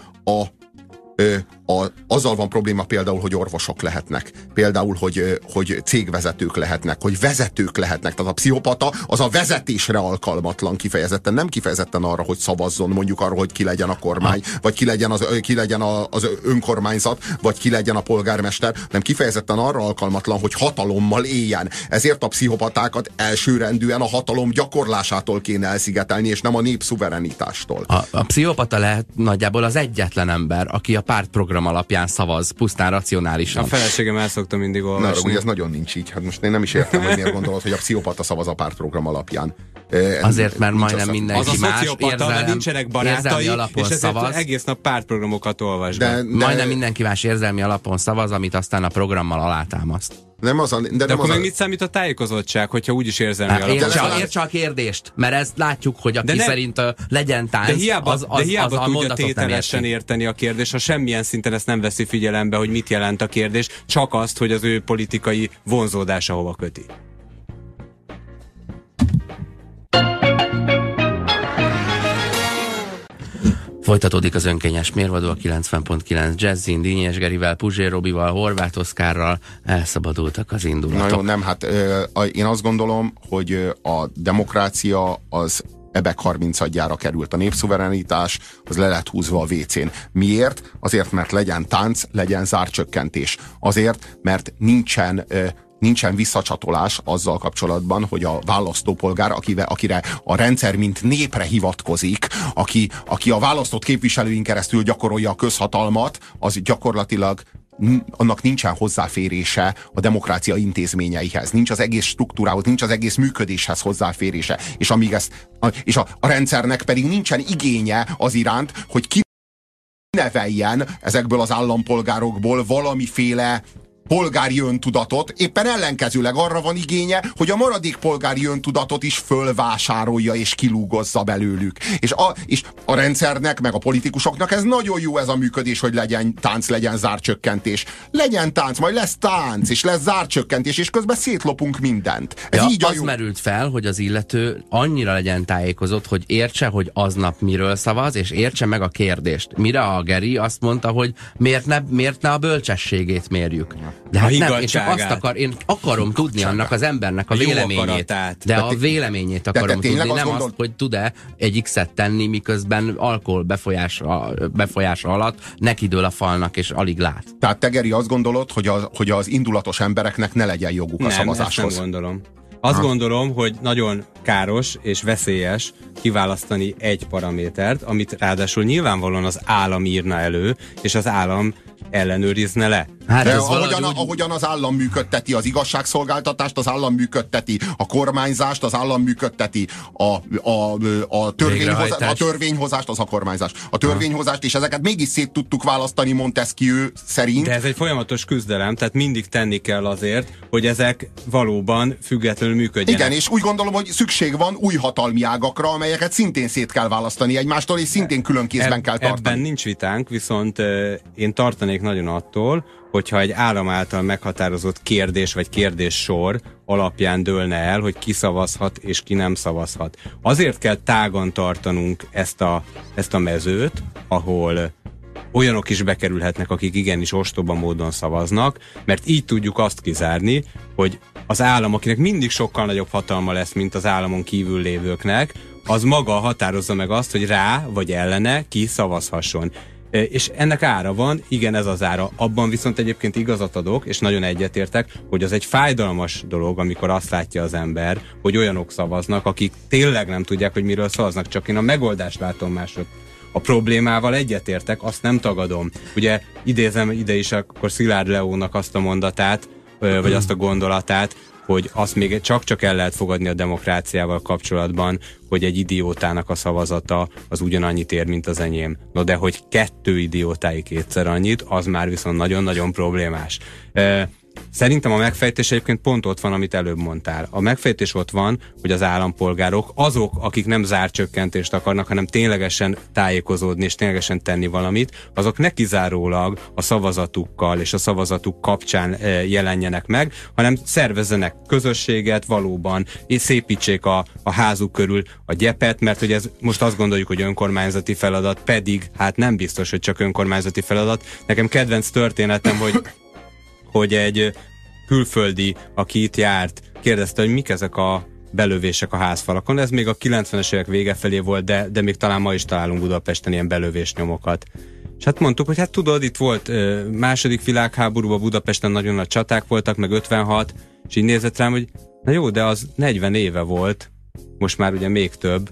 azzal van probléma például, hogy orvosok lehetnek, például, hogy cégvezetők lehetnek, hogy vezetők lehetnek. Tehát a pszichopata az a vezetésre alkalmatlan kifejezetten, nem kifejezetten arra, hogy szavazzon, mondjuk arra, hogy ki legyen a kormány, vagy ki legyen az önkormányzat, vagy ki legyen a polgármester, nem kifejezetten arra alkalmatlan, hogy hatalommal éljen. Ezért a pszichopatákat elsőrendűen a hatalom gyakorlásától kéne elszigetelni, és nem a népszuverenitástól. A pszichopata lehet nagyjából az egyetlen ember, aki a pártprogram alapján szavaz, pusztán racionálisan. A feleségem el szokta mindig olvasni. Ez nagyon nincs így. Hát most én nem is értem, hogy miért gondolod, hogy a pszichopata szavaz a pártprogram alapján. Azért, mert majdnem mindenki az más a szociopata, mert nincsenek barátai, és ezért szavaz. Egész nap pártprogramokat olvas. Majdnem mindenki más érzelmi alapon szavaz, amit aztán a programmal alátámaszt. De akkor meg mit számít a tájékozottság, hogyha úgyis érzelmi alapon? Értse a kérdést, mert ezt látjuk, hogy aki szerint legyen tánc, de hiába a tudja tételesen érteni a kérdést, ha semmilyen szinten ezt nem veszi figyelembe, hogy mit jelent a kérdés, csak azt, hogy az ő politikai vonzódása hova köti. Folytatódik az önkényes mérvadó a 90.9 Jazzin, Dínyes Gerivel, Puzsér Robival, Horváth Oszkárral. Elszabadultak az indulatok. Na jó, nem, hát én azt gondolom, hogy a demokrácia az ebek 30-adjára került. A népszuverenitás az le lett húzva a WC-n. Miért? Azért, mert legyen tánc, legyen zárcsökkentés. Azért, mert nincsen visszacsatolás azzal kapcsolatban, hogy a választópolgár, akire a rendszer mint népre hivatkozik, aki a választott képviselőin keresztül gyakorolja a közhatalmat, az gyakorlatilag annak nincsen hozzáférése a demokrácia intézményeihez, nincs az egész struktúrához, nincs az egész működéshez hozzáférése. És a rendszernek pedig nincsen igénye az iránt, hogy kineveljen ezekből az állampolgárokból valamiféle polgári öntudatot, éppen ellenkezőleg arra van igénye, hogy a maradék polgári öntudatot is fölvásárolja és kilúgozza belőlük. És a rendszernek, meg a politikusoknak ez nagyon jó, ez a működés, hogy legyen tánc, legyen zárcsökkentés. Legyen tánc, majd lesz tánc, és lesz zárcsökkentés, és közben szétlopunk mindent. Ez így az merült fel, hogy az illető annyira legyen tájékozott, hogy értse, hogy aznap miről szavaz, és értse meg a kérdést. Mire a Geri azt mondta, hogy miért ne a bölcsességét mérjük. De hát nem, én akarom tudni annak az embernek a véleményét. De a véleményét akarom tudni, nem azt, hogy tud-e egy X-et tenni, miközben alkohol befolyása alatt nekidől a falnak, és alig lát. Tehát te, Geri, azt gondolod, hogy az indulatos embereknek ne legyen joguk a szavazáshoz? Nem gondolom. Azt gondolom, hogy nagyon káros és veszélyes kiválasztani egy paramétert, amit ráadásul nyilvánvalóan az állam írna elő, és az állam ellenőrizne le. Hát de ahogyan az állam működteti az igazságszolgáltatást, az állam működteti a kormányzást, az állam működteti a törvényhozást, az a kormányzás. A törvényhozást, és ezeket mégis szét tudtuk választani Montesquieu szerint. De ez egy folyamatos küzdelem, tehát mindig tenni kell azért, hogy ezek valóban függetlenül működjenek. Igen, és úgy gondolom, hogy szükség van új hatalmi ágakra, amelyeket szintén szét kell választani egymástól, és szintén külön kézben kell tartani. Ebben nincs vitánk, viszont én tartanék nagyon attól, hogyha egy állam által meghatározott kérdés vagy kérdéssor alapján dőlne el, hogy ki szavazhat és ki nem szavazhat. Azért kell tágan tartanunk ezt a mezőt, ahol olyanok is bekerülhetnek, akik igenis ostoba módon szavaznak, mert így tudjuk azt kizárni, hogy az állam, akinek mindig sokkal nagyobb hatalma lesz, mint az államon kívül lévőknek, az maga határozza meg azt, hogy rá vagy ellene ki szavazhasson. És ennek ára van, igen, ez az ára. Abban viszont egyébként igazat adok, és nagyon egyetértek, hogy az egy fájdalmas dolog, amikor azt látja az ember, hogy olyanok szavaznak, akik tényleg nem tudják, hogy miről szavaznak, csak én a megoldást látom másod. A problémával egyetértek, azt nem tagadom. Ugye idézem ide is akkor Szilárd Leónak azt a mondatát, vagy azt a gondolatát, hogy azt még csak el lehet fogadni a demokráciával kapcsolatban, hogy egy idiótának a szavazata az ugyanannyit ér, mint az enyém. No de hogy 2 idiótái 2-szer annyit, az már viszont nagyon-nagyon problémás. Szerintem a megfejtés egyébként pont ott van, amit előbb mondtál. A megfejtés ott van, hogy az állampolgárok, azok, akik nem zárcsökkentést akarnak, hanem ténylegesen tájékozódni és ténylegesen tenni valamit, azok ne kizárólag a szavazatukkal és a szavazatuk kapcsán jelenjenek meg, hanem szervezzenek közösséget valóban, és szépítsék a házuk körül a gyepet, mert hogy ez most azt gondoljuk, hogy önkormányzati feladat, pedig hát nem biztos, hogy csak önkormányzati feladat. Nekem kedvenc történetem, hogy egy külföldi, aki itt járt, kérdezte, hogy mik ezek a belövések a házfalakon. Ez még a 90-es évek vége felé volt, de még talán ma is találunk Budapesten ilyen belövés nyomokat. És hát mondtuk, hogy hát tudod, itt volt második világháborúban Budapesten nagyon nagy csaták voltak, meg 56, és így nézett rám, hogy na jó, de az 40 éve volt, most már ugye még több.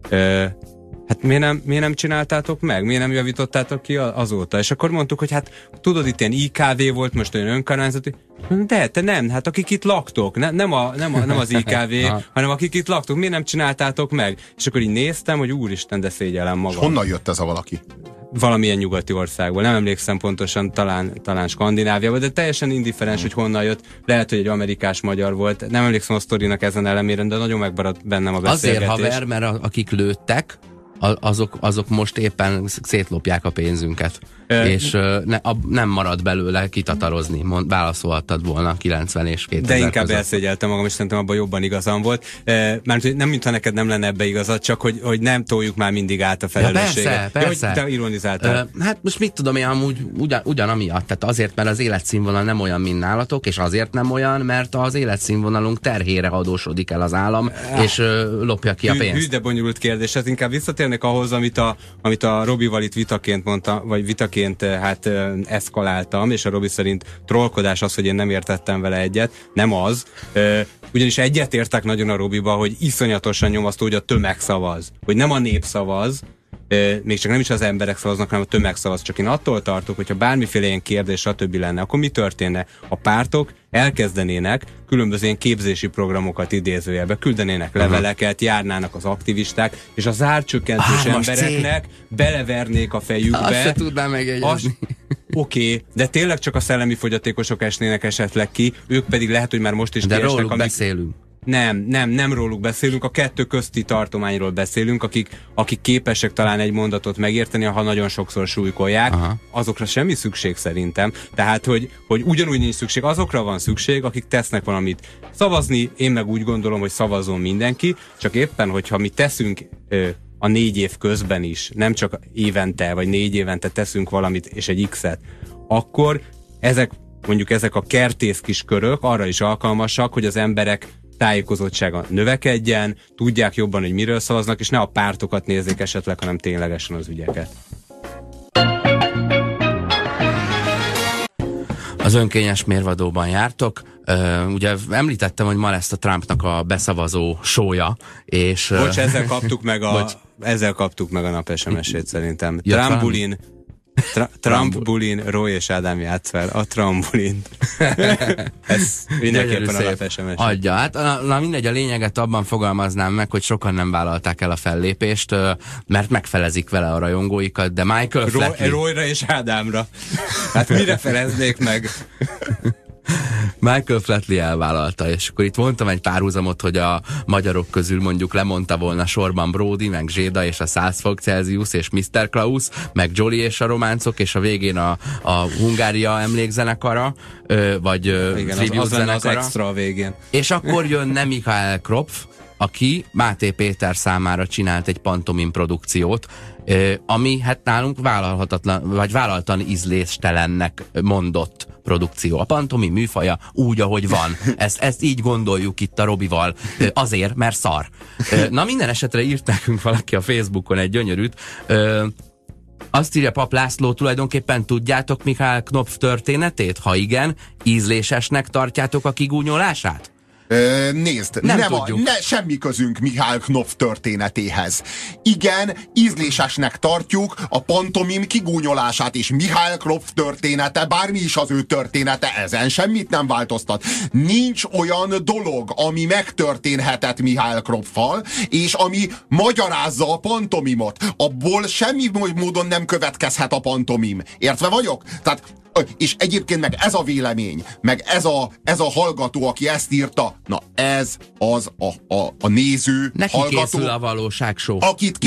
Hát miért nem csináltátok meg? Miért nem javítottátok ki azóta? És akkor mondtuk, hogy hát tudod, itt ilyen IKV volt, most olyan önkormányzati. De te nem, hát akik itt laktok, nem az IKV, hanem akik itt laktok, miért nem csináltátok meg? És akkor így néztem, hogy úristen, de szégyellem magam. És honnan jött ez a valaki? Valamilyen nyugati országból, nem emlékszem pontosan, talán Skandináviából, de teljesen indiferens, hogy honnan jött. Lehet, hogy egy amerikás magyar volt. Nem emlékszem a sztorinak ezen elemére, de nagyon megmaradt bennem a beszélgetés. Azért haver, mert akik lőttek, azok most éppen szétlopják a pénzünket. És nem marad belőle kitatarozni, válaszolhattad volna 90 és 2000 De inkább között. elszégyeltem magam, és szerintem abban jobban igazam volt. Mert nem, mintha neked nem lenne ebbe igazad, csak hogy nem toljuk már mindig át a felelősséget. Ja, persze. Te ironizáltál. Hát most mit tudom én, amúgy ugyanamiatt. Tehát azért, mert az életszínvonal nem olyan, mint nálatok, és azért nem olyan, mert az életszínvonalunk terhére adósodik el az állam, és lopja ki a pénzt. Hű, de bonyolult kérdés. Ez inkább visszatérnek ahhoz, amit a Robival itt vitaként mondta, vagy vitaként eszkaláltam, és a Robi szerint trollkodás az, hogy én nem értettem vele egyet. Nem az. Ugyanis egyetértek nagyon a Robiba, hogy iszonyatosan nyomasztó, hogy a tömeg szavaz. Hogy nem a nép szavaz, még csak nem is az emberek szavaznak, hanem a tömeg szavaz. Csak én attól tartok, hogyha bármiféle ilyen kérdés, stb. Lenne, akkor mi történne? A pártok elkezdenének különböző ilyen képzési programokat idézőjelbe, küldenének leveleket, járnának az aktivisták, és az árcsökkentés embereknek belevernék a fejükbe. Azt se tudnám megjegyezni. Oké, de tényleg csak a szellemi fogyatékosok esnének esetleg ki, ők pedig lehet, hogy már most is de kiesnek. róluk beszélünk. Nem róluk beszélünk, a 2 közti tartományról beszélünk, akik képesek talán egy mondatot megérteni, ha nagyon sokszor súlykolják. Aha. Azokra semmi szükség szerintem. Tehát, hogy ugyanúgy nincs szükség, azokra van szükség, akik tesznek valamit. Szavazni, én meg úgy gondolom, hogy szavazzon mindenki, csak éppen, hogyha mi teszünk a 4 év közben is, nem csak évente, vagy 4 évente teszünk valamit, és egy X-et, akkor ezek a kertész kis körök arra is alkalmasak, hogy az emberek tájékozottsága növekedjen, tudják jobban, hogy miről szavaznak, és ne a pártokat nézzék esetleg, hanem ténylegesen az ügyeket. Az önkényes mérvadóban jártok. Ugye említettem, hogy ma lesz a Trumpnak a beszavazó show-ja, és... Bocs, ezzel kaptuk meg a nap SMS-ét szerintem. Trump-bulin, Roy és Ádám játsz fel. A Trump-bulin. Ez mindenképpen a nap SMS. Adja, hát na mindegy, a lényeget abban fogalmaznám meg, hogy sokan nem vállalták el a fellépést, mert megfelezik vele a rajongóikat, de Michael Flatley... Royra és Ádámra. Hát mire feleznék meg? Michael Flatley elvállalta, és akkor itt mondtam egy párhuzamot, hogy a magyarok közül mondjuk lemondta volna sorban Brody, meg Zséda és a 100 fok Celsius és Mr. Klaus, meg Jolly és a románcok, és a végén a Hungária emlékzenekara, vagy igen, tribute az lenne zenekara. az extra a végén. És akkor jönne Michael Kropf, aki Máté Péter számára csinált egy pantomim produkciót, ami hát nálunk vállalhatatlan, vagy vállaltan ízléstelennek mondott produkció. A pantomim műfaja úgy, ahogy van. Ezt így gondoljuk itt a Robival. Azért, mert szar. Na, minden esetre írt nekünk valaki a Facebookon egy gyönyörűt. Azt írja Pap László, tulajdonképpen tudjátok Mihály Knopf történetét? Ha igen, ízlésesnek tartjátok a kigúnyolását? Nézd, nem semmi közünk Mihály Knopf történetéhez. Igen, ízlésesnek tartjuk a pantomim kigúnyolását, és Mihály Knopf története, bármi is az ő története, ezen semmit nem változtat. Nincs olyan dolog, ami megtörténhetett Mihály Knopffal, és ami magyarázza a pantomimot. Abból semmi módon nem következhet a pantomim. Értve vagyok? Tehát és egyébként meg ez a vélemény, meg ez a hallgató, aki ezt írta, na ez az a néző, neki hallgató, készül a valóságshow. akit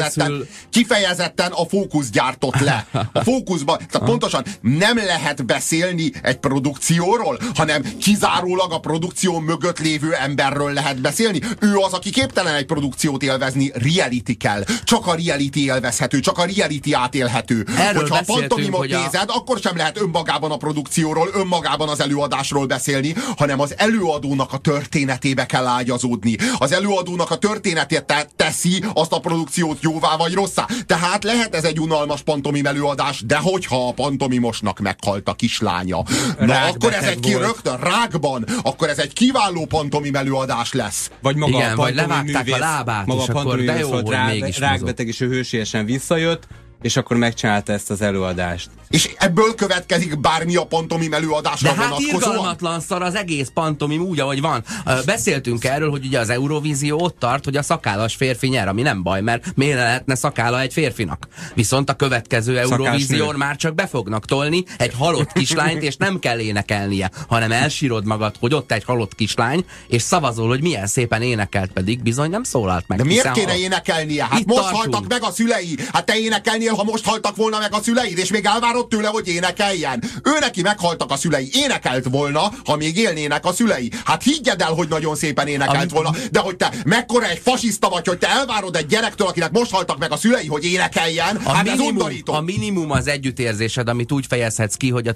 kifejezetten a Fókusz gyártott le. A Fókuszban, tehát pontosan nem lehet beszélni egy produkcióról, hanem kizárólag a produkció mögött lévő emberről lehet beszélni. Ő az, aki képtelen egy produkciót élvezni, reality kell. Csak a reality élvezhető, csak a reality átélhető. Erről hogyha a pantomimot nézed, akkor sem lehet önmagában a produkcióról, önmagában az előadásról beszélni, hanem az előadónak a történetébe kell ágyazódni. Az előadónak a történetét teszi azt a produkciót jóvá vagy rosszá. Tehát lehet ez egy unalmas pantomim előadás, de hogyha a pantomimosnak meghalt a kislánya, na akkor ez egy rögtön rákban, akkor ez egy kiváló pantomim előadás lesz. Vagy maga igen, a vagy levágták a lábát, maga és a akkor de jó, hogy mégis rákbeteg, és ő hősiesen visszajött, és akkor megcsinálta ezt az előadást. És ebből következik bármi a pantomim előadásra vonatkozóan. De hát irgalmatlan szar az egész pantomim úgy, ahogy van. Beszéltünk erről, hogy ugye az Eurovízió ott tart, hogy a szakállas férfi nyer, ami nem baj, mert miért lehetne szakála egy férfinak. Viszont a következő Eurovízión már csak be fognak tolni egy halott kislányt, és nem kell énekelnie, hanem elsírod magad, hogy ott egy halott kislány, és szavazol, hogy milyen szépen énekelt, pedig bizony nem szólalt meg. De miért kéne énekelnie? Hát most haltak meg a szülei. Hát te énekelnél, ha most haltak volna meg a szüleid, és még elvárod tőle, hogy énekeljen. Ő neki meghaltak a szülei. Énekelt volna, ha még élnének a szülei. Hát higgyed el, hogy nagyon szépen énekelt volna, de hogy te mekkora egy fasiszta vagy, hogy te elvárod egy gyerektől, akinek most haltak meg a szülei, hogy énekeljen. Hát ez undorító. A minimum az együttérzésed, amit úgy fejezhetsz ki, hogy a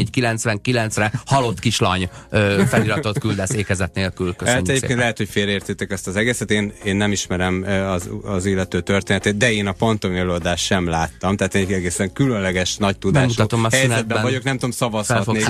1499-re halott kislány feliratot küldesz ékezet nélkül. Köszönjük hát szépen. Lehet, hogy félreértitek ezt az egészet. Én nem ismerem az illető történetét, de én a pantomim előadást sem láttam. Tehát egy egészen különleges, nagy tudású helyzetben vagyok, nem tudom, szavazhatnék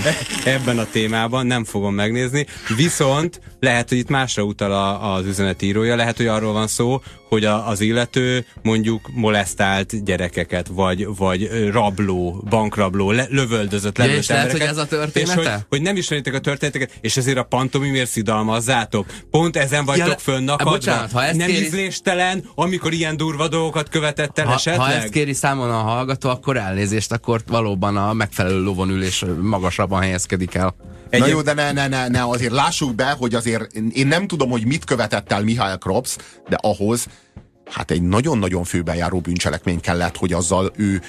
ebben a témában, nem fogom megnézni. Viszont lehet, hogy itt másra utal az üzenetírója, lehet, hogy arról van szó, hogy az illető mondjuk molesztált gyerekeket, vagy rabló, bankrabló, lövöldözött, lelőtt lehet, embereket. hogy ez a története? És hogy nem ismeritek a történeteket, és ezért a pantomimért szidalmazzátok. Pont ezen vagytok fönnakadva. Bocsánat, nem ízléstelen, amikor ilyen durva dolgokat követett el esetleg? Ha ezt kéri számon a hallgató, akkor elnézést, akkor valóban a megfelelő lovon ül és magasabban helyezkedik el. Na jó, de ne, azért lássuk be, hogy azért én nem tudom, hogy mit követett el Mihály Knopf, de ahhoz hát egy nagyon-nagyon főbejáró bűncselekmény kellett, hogy azzal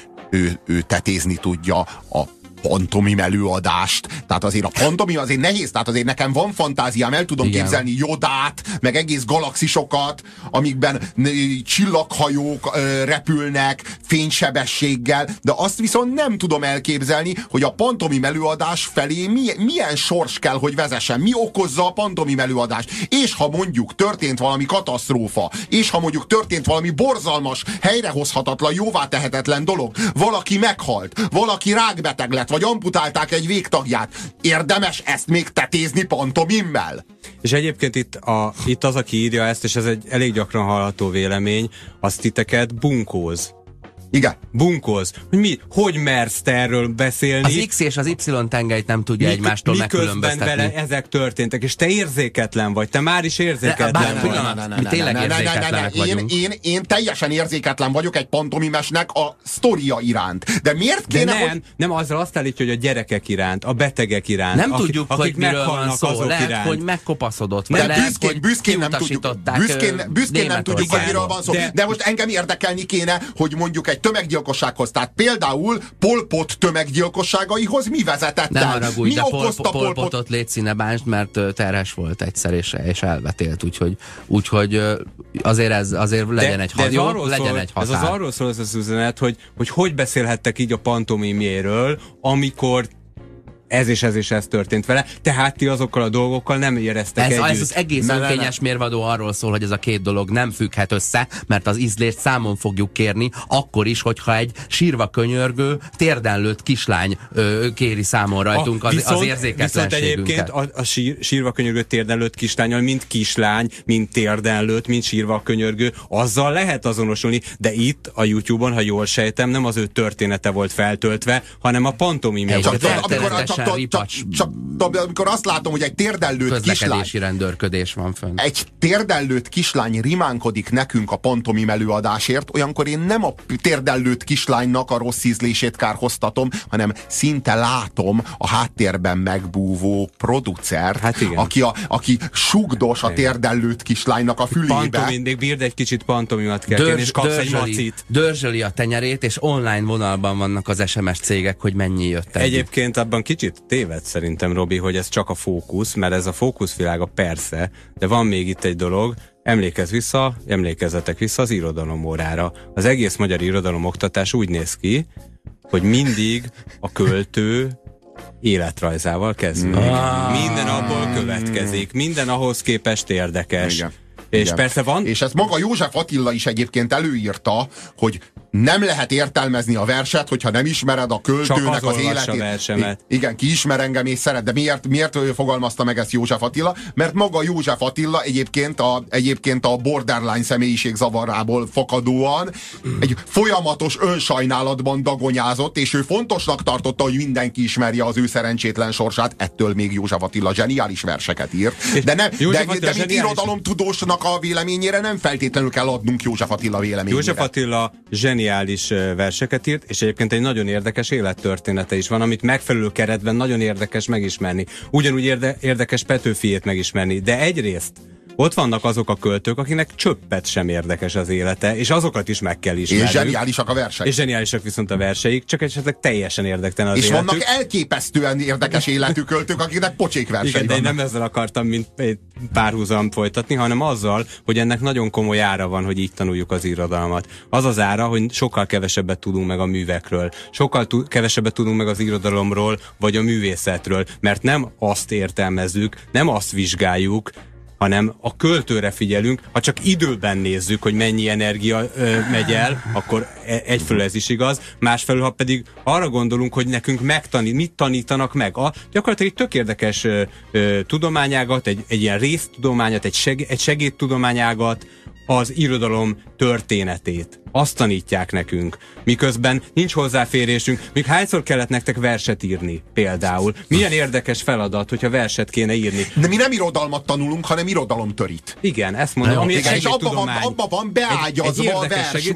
ő tetézni tudja a pantomim előadást. Tehát azért a pantomim azért nehéz, tehát azért nekem van fantáziám, el tudom képzelni Jodát, meg egész galaxisokat, amikben csillaghajók repülnek fénysebességgel, de azt viszont nem tudom elképzelni, hogy a pantomim előadás felé milyen sors kell, hogy vezessen, mi okozza a pantomim előadást. És ha mondjuk történt valami katasztrófa, és ha mondjuk történt valami borzalmas, helyrehozhatatlan, jóvá tehetetlen dolog, valaki meghalt, valaki rákbeteg lett, vagy amputálták egy végtagját. Érdemes ezt még tetézni pantomimmel? És egyébként itt az, aki írja ezt, és ez egy elég gyakran hallható vélemény, azt titeket bunkóz. Igen. Bunkóz. Hogy mersz te erről beszélni? Az X és az Y tengelyt nem tudja egymástól megkülönböztetni. Miközben vele ezek történtek, és te érzéketlen vagy, te már is érzéketlen vagy. Mi tényleg érzéketlenek vagyunk. Én teljesen érzéketlen vagyok egy pantomimesnek a sztoria iránt. De miért kéne, nem azzal azt állítja, hogy a gyerekek iránt, a betegek iránt. Nem tudjuk, hogy miről van szó. Lehet, iránt. Hogy megkopaszodott. Büszkén nem tudjuk, hogy miről van szó. De most engem érdekelni kéne, hogy mondjuk egy tömeggyilkossághoz. Tehát például Pol Pot tömeggyilkosságaihoz mi vezetett Ne el? haragudj, Mi de okozta Pol Potot légy színe bánsd, mert terhes volt egyszer, és elvetélt. Úgyhogy azért legyen egy határ. Ez az arról szól ez az üzenet, hogy beszélhettek így a pantomimjéről, amikor ez és ez történt vele, tehát ti azokkal a dolgokkal nem éreztek együtt. Ez az egész önkényes mérvadó arról szól, hogy ez a két dolog nem függhet össze, mert az ízlést számon fogjuk kérni, akkor is, hogyha egy sírva könyörgő, térden lőtt kislány kéri számon rajtunk az érzéketlenségünket. Viszont egyébként a sírva könyörgő térden lőtt kislánnyal, mint kislány, mint térden lőtt, mint sírva könyörgő, azzal lehet azonosulni, de itt a YouTube-on, ha jól sejtem, nem az ő története volt feltöltve, hanem a pantomimja volt. Csak amikor azt látom, hogy egy térdellőtt kislány... rendőrködés van fönn. Egy térdellőtt kislány rimánkodik nekünk a pantomim előadásért, olyankor én nem a térdellőtt kislánynak a rossz ízlését kárhoztatom, hanem szinte látom a háttérben megbúvó producert, hát aki sugdos a térdellőtt kislánynak a fülébe. Pantomim, még bírd egy kicsit pantomimat kell kérni, és kapsz egy macit. Dörzsöli a tenyerét, és online vonalban vannak az SMS cégek, hogy mennyi jött eddig. Egyébként abban kicsit téved szerintem, Robi, hogy ez csak a fókusz, mert ez a fókuszvilága persze, de van még itt egy dolog, emlékezzetek vissza az irodalom órára. Az egész magyar irodalom oktatás úgy néz ki, hogy mindig a költő életrajzával kezdődik. Minden abból következik, minden ahhoz képest érdekes. Igen. És igen. persze van... És ezt maga József Attila is egyébként előírta, hogy nem lehet értelmezni a verset, hogyha nem ismered a költőnek az életét. Igen, ki ismer engem és szeret, de miért fogalmazta meg ezt József Attila? Mert maga József Attila egyébként a borderline személyiség zavarából fakadóan egy folyamatos önsajnálatban dagonyázott, és ő fontosnak tartotta, hogy mindenki ismerje az ő szerencsétlen sorsát, ettől még József Attila zseniális verseket írt. De mint irodalomtudósnak a véleményére nem feltétlenül kell adnunk József Attila véleményére. József Attila zseniális verseket írt, és egyébként egy nagyon érdekes élettörténete is van, amit megfelelő keretben nagyon érdekes megismerni. Ugyanúgy érdekes Petőfiét megismerni, de egyrészt ott vannak azok a költők, akinek csöppet sem érdekes az élete, és azokat is meg kell ismerni. És zseniálisak a versei. És zseniálisak viszont a verseik, csak esetleg teljesen érdektelen az és életük. vannak elképesztően érdekes életű költők, akiknek pocsék versei. Igen, de én nem ezzel akartam, mint párhuzam folytatni, hanem azzal, hogy ennek nagyon komoly ára van, hogy így tanuljuk az irodalmat. Az az ára, hogy sokkal kevesebbet tudunk meg a művekről, sokkal kevesebbet tudunk meg az irodalomról, vagy a művészetről, mert nem azt értelmezzük, nem azt vizsgáljuk, hanem a költőre figyelünk. Ha csak időben nézzük, hogy mennyi energia megy el, akkor egyfelől ez is igaz, másfelől, ha pedig arra gondolunk, hogy nekünk mit tanítanak meg. Gyakorlatilag egy tök érdekes tudományágat, egy ilyen résztudományát, egy segédtudományágat, az irodalom történetét. Azt tanítják nekünk. Miközben nincs hozzáférésünk. Még hányszor kellett nektek verset írni például? Milyen érdekes feladat, hogyha verset kéne írni. De mi nem irodalmat tanulunk, hanem irodalomtörít. Igen, ezt mondom. Ami és abban van beágyazva a vers.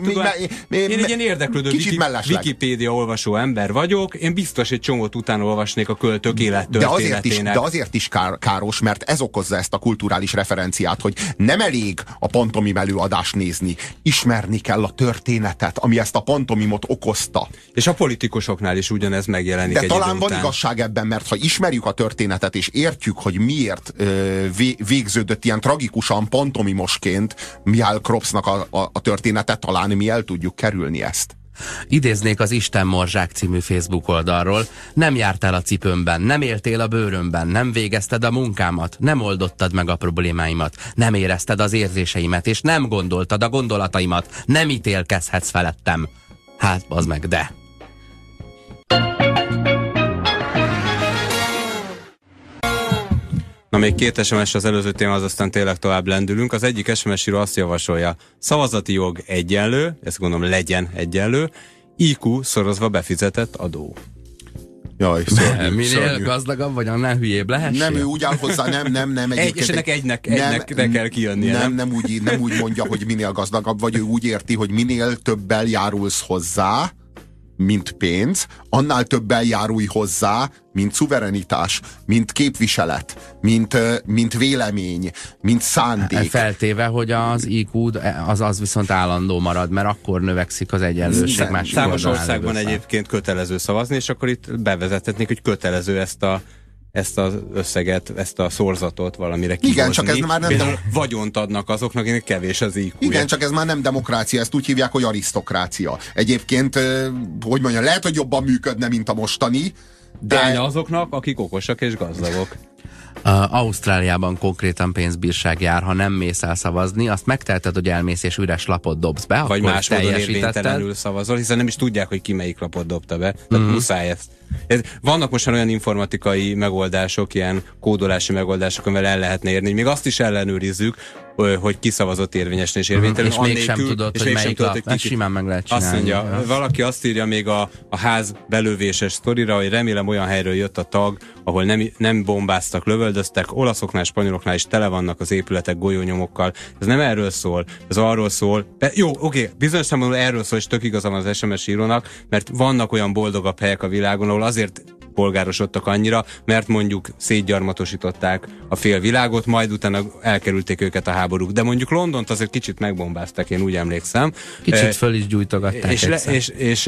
Én egy ilyen érdeklődő Wikipédia olvasó ember vagyok. Én biztos egy csomót utána olvasnék a költők élettörténetének. De azért is káros, mert ez okozza ezt a kulturális referenciát, hogy nem elég a pantomim előadást nézni. Ismerni kell a történetet, ami ezt a pantomimot okozta. És a politikusoknál is ugyanez megjelenik. De talán van igazság ebben, mert ha ismerjük a történetet, és értjük, hogy miért végződött ilyen tragikusan pantomimosként Mihály Kropsznak a történetet, talán mi el tudjuk kerülni ezt. Idéznék az Isten Morzsák című Facebook oldalról. Nem jártál a cipőmben, nem éltél a bőrömben, nem végezted a munkámat, nem oldottad meg a problémáimat, nem érezted az érzéseimet, és nem gondoltad a gondolataimat, nem ítélkezhetsz felettem. Hát, az meg, de... Na, még 2 SMS az előző témához, aztán tényleg tovább lendülünk. Az egyik SMS író azt javasolja, szavazati jog egyenlő, ezt gondolom legyen egyenlő, IQ szorozva befizetett adó. Jaj, minél gazdagabb vagy, annál hülyébb lehessél? Nem, ő úgy áll hozzá, nem. És ennek egynek kell kijönnie. Nem úgy mondja, hogy minél gazdagabb vagy, ő úgy érti, hogy minél többel járulsz hozzá, mint pénz, annál többel járulj hozzá, mint szuverenitás, mint képviselet, mint vélemény, mint szándék. Feltéve, hogy az IQ az viszont állandó marad, mert akkor növekszik az egyenlőség másik Számos oldalán országban lévő szám. egyébként kötelező szavazni, és akkor itt bevezethetnék, hogy kötelező ezt az összeget, ezt a szorzatot valamire kihozni. Igen, csak ez már nem... Például vagyont adnak azoknak, akinek kevés az IQ-ja. Igen, csak ez már nem demokrácia, ezt úgy hívják, hogy arisztokrácia. Egyébként, hogy mondjam, lehet, hogy jobban működne, mint a mostani, de azoknak, akik okosak és gazdagok. Ausztráliában konkrétan pénzbírság jár, ha nem mész el szavazni, azt megteheted, hogy elmész és üres lapot dobsz be, vagy akkor más módon teljesítetted. érvénytelenül szavazol, hiszen nem is tudják, hogy ki melyik lapot dobta be. Tehát muszáj ezt. Vannak most olyan informatikai megoldások, ilyen kódolási megoldások, amivel el lehetne érni, még azt is ellenőrizzük, hogy kiszavazott érvényesen és érvénytelen. És mégsem tudod, hogy melyik lap. Ezt simán meg lehet csinálni. Azt mondja, valaki azt írja még a ház belövéses sztorira, hogy remélem olyan helyről jött a tag, ahol nem bombáztak, lövöldöztek, olaszoknál, spanyoloknál is tele vannak az épületek golyónyomokkal. Ez nem erről szól, ez arról szól. Jó, oké, bizonyos számomra erről szól, és tök igaza van az SMS írónak, mert vannak olyan boldogabb helyek a világon, ahol azért polgárosodtak annyira, mert mondjuk szétgyarmatosították a fél világot, majd utána elkerülték őket a háborúk. De mondjuk Londont azért kicsit megbombázták, én úgy emlékszem. Kicsit föl is gyújtogatták. És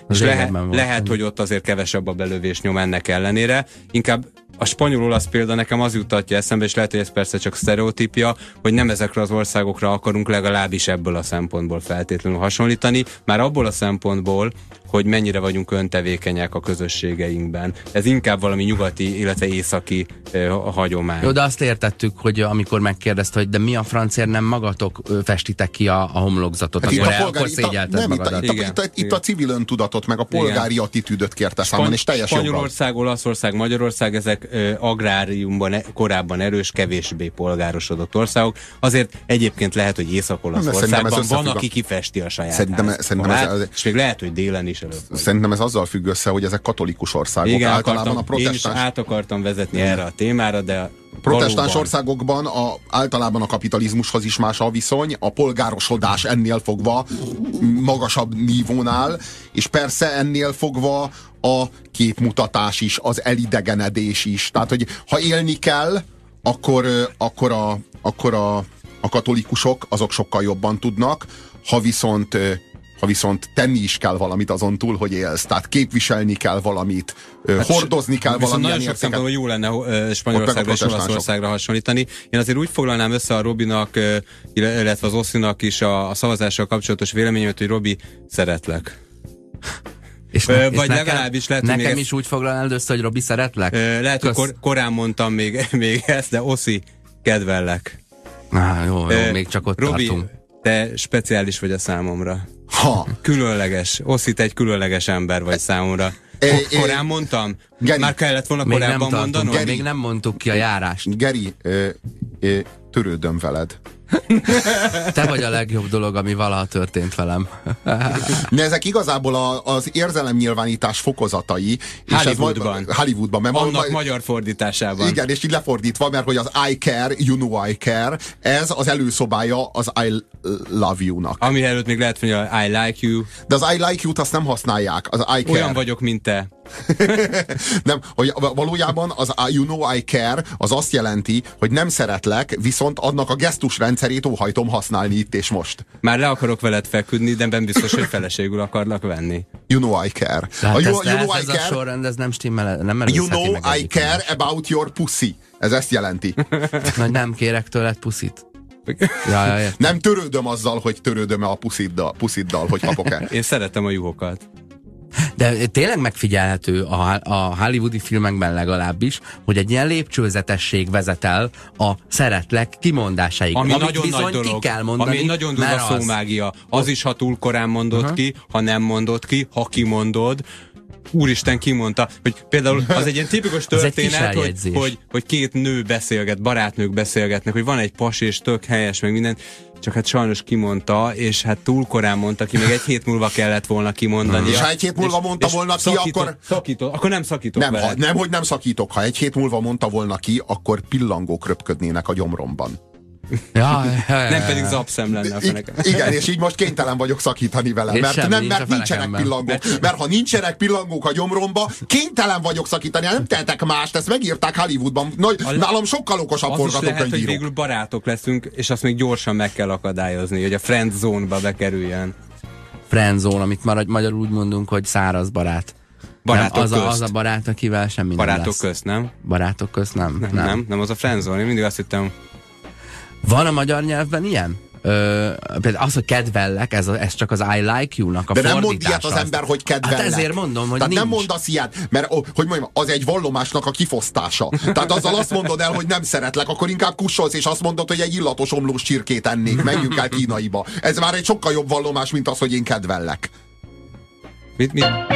lehet, hogy ott azért kevesebb a belövés nyom ennek ellenére. Inkább a spanyol-olasz példa nekem az jutatja eszembe, és lehet, hogy ez persze csak sztereotípia, hogy nem ezekre az országokra akarunk legalábbis ebből a szempontból feltétlenül hasonlítani, már abból a szempontból, hogy mennyire vagyunk öntevékenyek a közösségeinkben. Ez inkább valami nyugati, illetve északi hagyomány. Jó, de azt értettük, hogy amikor megkérdezte, hogy de mi a francért nem magatok festitek ki a homlokzatot, hát akkor szégyelted magadat. Itt a civil öntudatot, meg a polgári attitűdöt kérte számon, és teljes joggal. Spanyolország, Olaszország, Magyarország, ezek agráriumban korábban erős, kevésbé polgárosodott országok. Azért egyébként lehet, hogy Észak-Olaszországban van, aki kifesti a saját házat. És még lehet, hogy délen is előbb. Szerintem ez azzal függ össze, hogy ezek katolikus országok. Igen, általában a protestáns... Én is át akartam vezetni erre a témára, de protestáns országokban általában a kapitalizmushoz is más a viszony, a polgárosodás ennél fogva magasabb nívónál, és persze ennél fogva a képmutatás is, az elidegenedés is. Tehát, hogy ha élni kell, akkor a katolikusok azok sokkal jobban tudnak, ha viszont tenni is kell valamit azon túl, hogy élsz. Tehát képviselni kell valamit, hordozni kell valamilyen nagyon sok szempontból jó lenne Spanyolországra és Olaszországra hasonlítani. Én azért úgy foglalnám össze a Robinak, illetve az Osszinak is a szavazással kapcsolatos véleményemet, hogy Robi, szeretlek. Vagy legalábbis lehet, nekem is úgy foglalnál először, hogy Robi, szeretlek? Lehet, hogy korán mondtam még ezt, de Ossi, kedvellek. Jó, még csak ott Robi, tartunk. Te speciális vagy a számomra. Különleges. Ossi, te egy különleges ember vagy számomra. Korán mondtam? Geri, már kellett volna korábban mondanom? Még nem mondtuk ki a járást. Geri, törődöm veled. Te vagy a legjobb dolog, ami valaha történt velem. De ezek igazából az érzelemnyilvánítás fokozatai. Hollywoodban. Annak magyar fordításában. Igen, és így lefordítva, mert hogy az I care, you know I care, ez az előszobája az I love you-nak. Ami előtt még lehet mondani, I like you. De az I like you-t azt nem használják. Az I care. Olyan vagyok, mint te. Nem, hogy valójában az you know I care az azt jelenti, hogy nem szeretlek, viszont annak a gesztusrendszerét óhajtom használni itt és most. Már le akarok veled feküdni, de nem biztos, hogy feleségül akarlak venni. You know I care. Ez a sorrend, ez nem stimmel, nem you know I care about your pussy. Ez ezt jelenti. Nem kérek tőled puszit. Nem törődöm azzal, hogy törődöm-e a pusziddal, hogy kapok-e. Én szeretem a juhokat. De tényleg megfigyelhető a hollywoodi filmekben legalábbis, hogy egy ilyen lépcsőzetesség vezet el a szeretlek kimondásáig. Ami nagyon nagy dolog, ki kell mondani, ami nagyon durva szómágia. Az is, ha túl korán mondod ki, ha nem mondod ki, ha kimondod. Úristen, kimondta, hogy például az egy ilyen tipikus történet, hogy két nő beszélget, barátnők beszélgetnek, hogy van egy pasi és tök helyes, meg minden, csak hát sajnos kimondta, és hát túl korán mondta ki, még egy hét múlva kellett volna kimondani. És ha egy hét múlva mondta volna ki, akkor nem szakítok veled. Nem, hogy nem szakítok. Ha egy hét múlva mondta volna ki, akkor pillangók röpködnének a gyomromban. Nem pedig zapszem lenne a fenekem. Igen, és így most kénytelen vagyok szakítani vele, És mert semmi nincs a nincsenek fenekemben. pillangók. Mert ha nincsenek pillangók a gyomromba, kénytelen vagyok szakítani, nem tehetek mást, ezt megírták Hollywoodban. Nálam sokkal okosabb Az is lehet, hogy forgatókönyvíró. végül barátok leszünk, és azt még gyorsan meg kell akadályozni, hogy a friend zone-ba bekerüljen. Friendzone, amit magyarul úgy mondunk, hogy száraz barát. Barátok nem, közt. Az a barát, akivel semmi nem Barátok lesz. közt, nem? Barátok közt nem. Nem, az a friend zone. Én mindig azt hittem, Van a magyar nyelvben ilyen? Például az, hogy kedvellek, ez csak az I like you-nak a De fordítása. nem mond ilyet az ember, hogy kedvellek. Hát ezért mondom, hogy Tehát nincs. nem mondasz ilyet, mert hogy mondjam, az egy vallomásnak a kifosztása. Tehát azzal azt mondod el, hogy nem szeretlek, akkor inkább kussolsz, és azt mondod, hogy egy illatos omlós csirkét ennék, menjünk el Kínaiba. Ez már egy sokkal jobb vallomás, mint az, hogy én kedvellek. mit?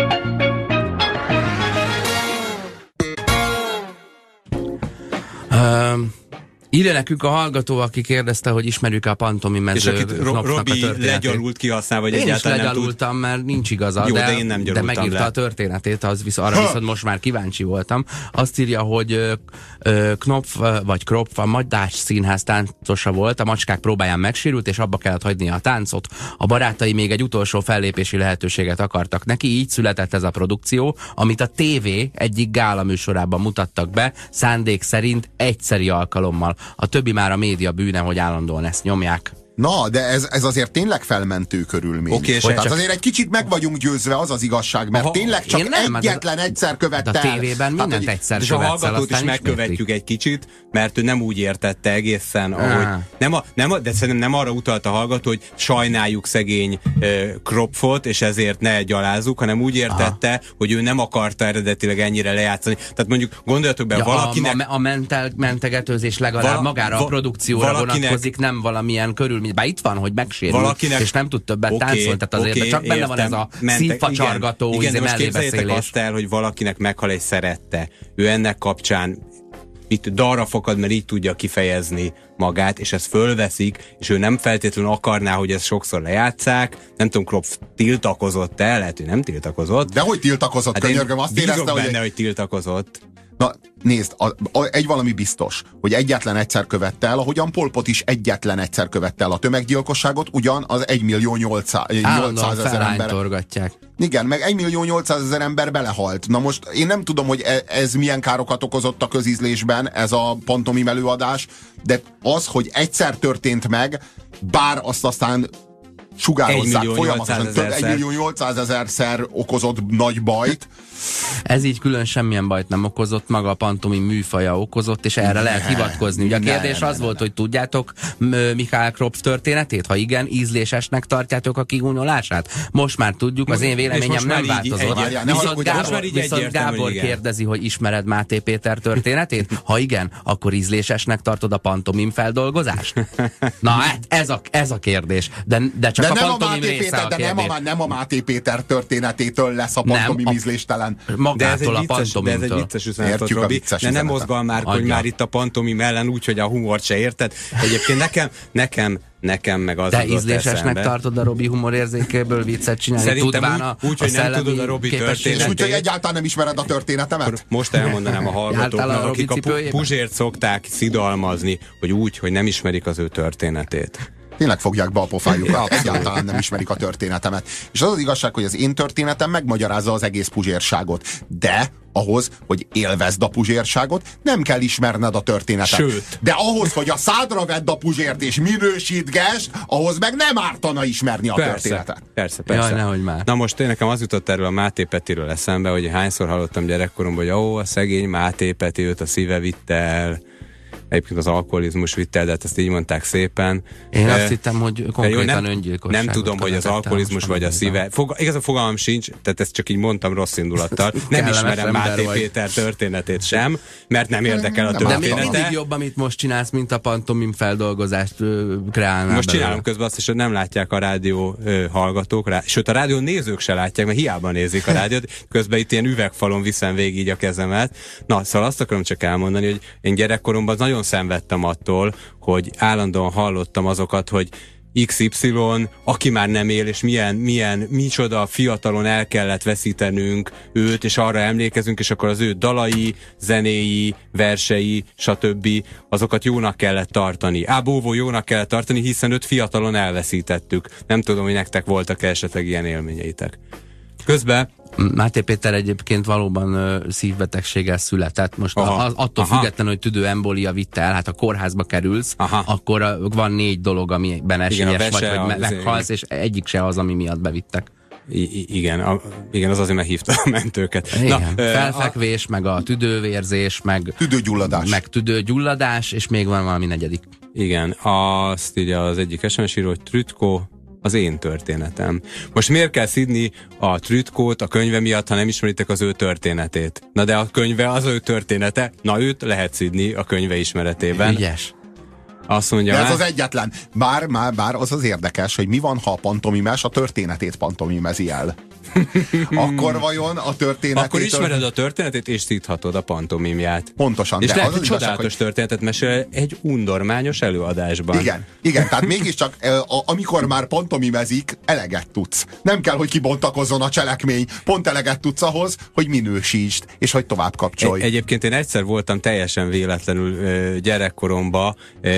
Írja nekünk a hallgató, aki kérdezte, hogy ismerjük-e a pantomim És akit Robi legyalult kihasználva, hogy én is egyáltalán nem tud. legyalultam, mert nincs igaza, Jó, de én nem gyalultam megírta le. a történetét, arra viszont most már kíváncsi voltam. Azt írja, hogy Knopf vagy Kropf a Madách Színház táncosa volt, a macskák próbáján megsérült, és abba kellett hagynia a táncot. A barátai még egy utolsó fellépési lehetőséget akartak neki, így született ez a produkció, amit a TV egyik gála műsorában mutattak be, szándék szerint egyszeri alkalommal. A többi már a média bűne, hogy állandóan ezt nyomják. Na, de ez azért tényleg felmentő körülmény. Oké, és Tehát csak- azért egy kicsit meg vagyunk győzve, az az igazság, mert tényleg csak én nem, egyetlen egyszer követte De a el. tévében mindent hogy- egyszer És a követsz el, hallgatót is aztán megkövetjük ismétlik. egy kicsit, mert ő nem úgy értette egészen, ahogy... De szerintem nem arra utalt a hallgató, hogy sajnáljuk szegény Kropfot, és ezért ne gyalázzuk, hanem úgy értette, hogy ő nem akarta eredetileg ennyire lejátszani. Tehát mondjuk gondoljatok be, valakinek... A mentegetőzés legalább magára a produkcióra vonatkozik, nem valamilyen körülmény. Bár itt van, hogy megsérült, és nem tud többet táncolni, tehát azért de csak benne van ez a szívfacsargató igen, de most képzeljétek mellébeszélés. azt el, hogy valakinek meghal egy szerette. Ő ennek kapcsán itt dalra fakad, mert így tudja kifejezni magát, és ezt fölveszik, és ő nem feltétlenül akarná, hogy ezt sokszor lejátszák. Nem tudom, Kropf tiltakozott el, lehet, hogy nem tiltakozott. De hogy tiltakozott, könyörgöm, azt bízok érezte, benne, hogy... hogy tiltakozott. Na, nézd, egy valami biztos, hogy egyetlen egyszer követte el, ahogyan Pol Pot is egyetlen egyszer követte el a tömeggyilkosságot, ugyan az 1.800.000 ember. Felánytorgatják. Igen, meg 1.800.000 ember belehalt. Na most én nem tudom, hogy ez milyen károkat okozott a közízlésben, ez a pantomim előadás, de az, hogy egyszer történt meg, bár azt aztán sugározzák folyamatosan, 1.800.000-szer okozott nagy bajt. Ez így külön semmilyen bajt nem okozott, maga a pantomim műfaja okozott, és erre lehet hivatkozni. Ugye a kérdés az volt, hogy tudjátok Michael Kropf történetét? Ha igen, ízlésesnek tartjátok a kigúnyolását? Most már tudjuk, az én véleményem nem változott. Viszont Gábor kérdezi, hogy ismered Máté Péter történetét? Ha igen, akkor ízlésesnek tartod a pantomim feldolgozást? Na, ez a kérdés. De csak a pantomim része a kérdés. Nem a Máté Péter történetétől lesz a pantomim ízléstelen. Magától a pantomimtól. De ez egy vicces üzenet, Robi. De nem mozgalmárkodj már itt a pantomim ellen úgy, hogy a humort se érted. Egyébként nekem meg az de ízlésesnek tartod a Robi humorérzékéből viccet csinálni? Szerintem úgy, hogy nem tudod a Robi történetét. És úgy, hogy egyáltalán nem ismered a történetemet? Most elmondanám a hallgatóknak, akik a Puzsért szokták szidalmazni, hogy úgy, hogy nem ismerik az ő történetét. Tényleg fogják be a pofájukat, egyáltalán nem ismerik a történetemet. És az az igazság, hogy az én történetem megmagyarázza az egész puzsérságot. De ahhoz, hogy élvezd a puzsérságot, nem kell ismerned a történetet. Sőt. De ahhoz, hogy a szádra vedd a puzsért és minősítgesd, ahhoz meg nem ártana ismerni a történetet. Persze. Jaj, nehogy már. Na most nekem az jutott erről a Máté Petiről eszembe, hogy hányszor hallottam gyerekkoromban, hogy a szegény Máté Peti, őt a szíve vitte el. Egyébként az alkoholizmus vitte el, de hát ezt így mondták szépen. Én azt hittem, hogy konkrétan öngyilkosságot. Nem tudom, hogy az alkoholizmus vagy a szíve. Igaz, a fogalmam sincs, tehát ezt csak így mondtam rossz indulattal. Nem ismerem Máté Péter történetét sem, mert nem érdekel a története. De még mindig jobb, amit most csinálsz, mint a pantomim feldolgozást kreálnál. Most csinálom közben azt is, hogy nem látják a rádió hallgatók, sőt a rádió nézők se látják, mert hiába nézik a rádiót, közben itt ilyen üvegfalon viszem végig így a kezemet. Na, szóval azt akarom csak elmondani, hogy én gyerekkoromban nagyon szenvedtem attól, hogy állandóan hallottam azokat, hogy XY, aki már nem él, és micsoda fiatalon el kellett veszítenünk őt, és arra emlékezünk, és akkor az ő dalai, zenéi, versei, stb. Azokat jónak kellett tartani. Bóvó jónak kellett tartani, hiszen őt fiatalon elveszítettük. Nem tudom, hogy nektek voltak esetleg ilyen élményeitek. Közben Máté Péter egyébként valóban szívbetegséggel született. Most attól függetlenül, hogy tüdőembolia vitte el, hát a kórházba kerülsz, akkor van 4 dolog, amiben esélyes vagy, hogy meghalsz, és egyik se az, ami miatt bevittek. Igen, az azért, mert hívta a mentőket. Igen. Felfekvés, meg a tüdővérzés, meg tüdőgyulladás, és még van valami negyedik. Igen, azt így az egyik SMS író, hogy Trütko, az én történetem. Most miért kell szidni a Trütkót a könyve miatt, ha nem ismeritek az ő történetét? Na de a könyve az ő története, na őt lehet szidni a könyve ismeretében. Ügyes. Azt mondja, de ez az egyetlen. Bár az az érdekes, hogy mi van, ha a pantomimes a történetét pantomimezi el. Akkor vajon a történetét... Akkor ismered a történetét, és szíthatod a pantomimját. Pontosan. És de lehet, az hogy csodálatos történetet mesél egy undormányos előadásban. Igen, tehát mégiscsak amikor már pantomimezik, eleget tudsz. Nem kell, hogy kibontakozzon a cselekmény. Pont eleget tudsz ahhoz, hogy minősítsd, és hogy tovább kapcsolj. Egyébként én egyszer voltam teljesen véletlenül gyerekkoromban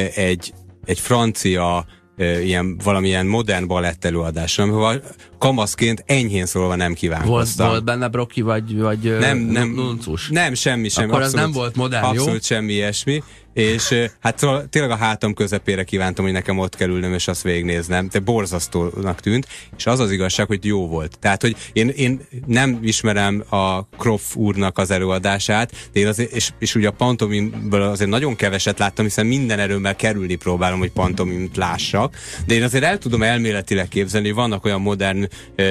egy francia valamilyen modern balett előadáson, ahol kamaszként enyhén szólva nem kívánkoztam. Volt benne Brocky vagy Nuncus? Nem, semmi. Akkor abszolút, az nem volt modern, abszolút jó? Abszolút semmi ilyesmi. És hát tényleg a hátam közepére kívántam, hogy nekem ott kell ülnöm, és azt végignéznem. De borzasztónak tűnt, és az az igazság, hogy jó volt. Tehát, hogy én nem ismerem a Kroff úrnak az előadását, de én azért, és ugye a pantomimből azért nagyon keveset láttam, hiszen minden erőmmel kerülni próbálom, hogy pantomimt lássak, de én azért el tudom elméletileg képzelni, hogy vannak olyan modern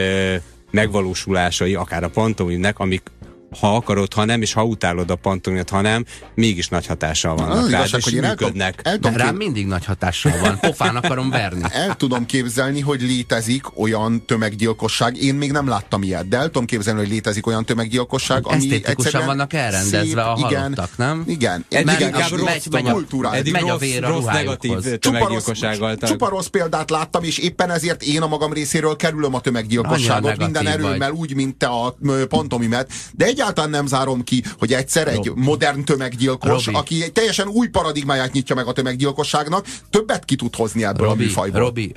megvalósulásai, akár a pantomimnek, amik ha akarod, ha nem, és ha utálod a pantomimot, ha nem, mégis nagy hatással vannak rád, és működnek. De rám mindig nagy hatással van. Pofán akarom verni. El tudom képzelni, hogy létezik olyan tömeggyilkosság. Én még nem láttam ilyet, de el tudom képzelni, hogy létezik olyan tömeggyilkosság, ami esztétikusan vannak elrendezve szép, a halottak, nem? Igen. Eddig rossz negatív tömeggyilkossággal. Csupa rossz példát láttam, és éppen ezért én a magam részéről kerülöm a tömeggyilkosságot minden erőmmel, úgy, mint te a pantomimet, de egyáltalán nem zárom ki, hogy egyszer egy modern tömeggyilkos, aki egy teljesen új paradigmáját nyitja meg a tömeggyilkosságnak, többet ki tud hozni ebből a műfajból. Robi,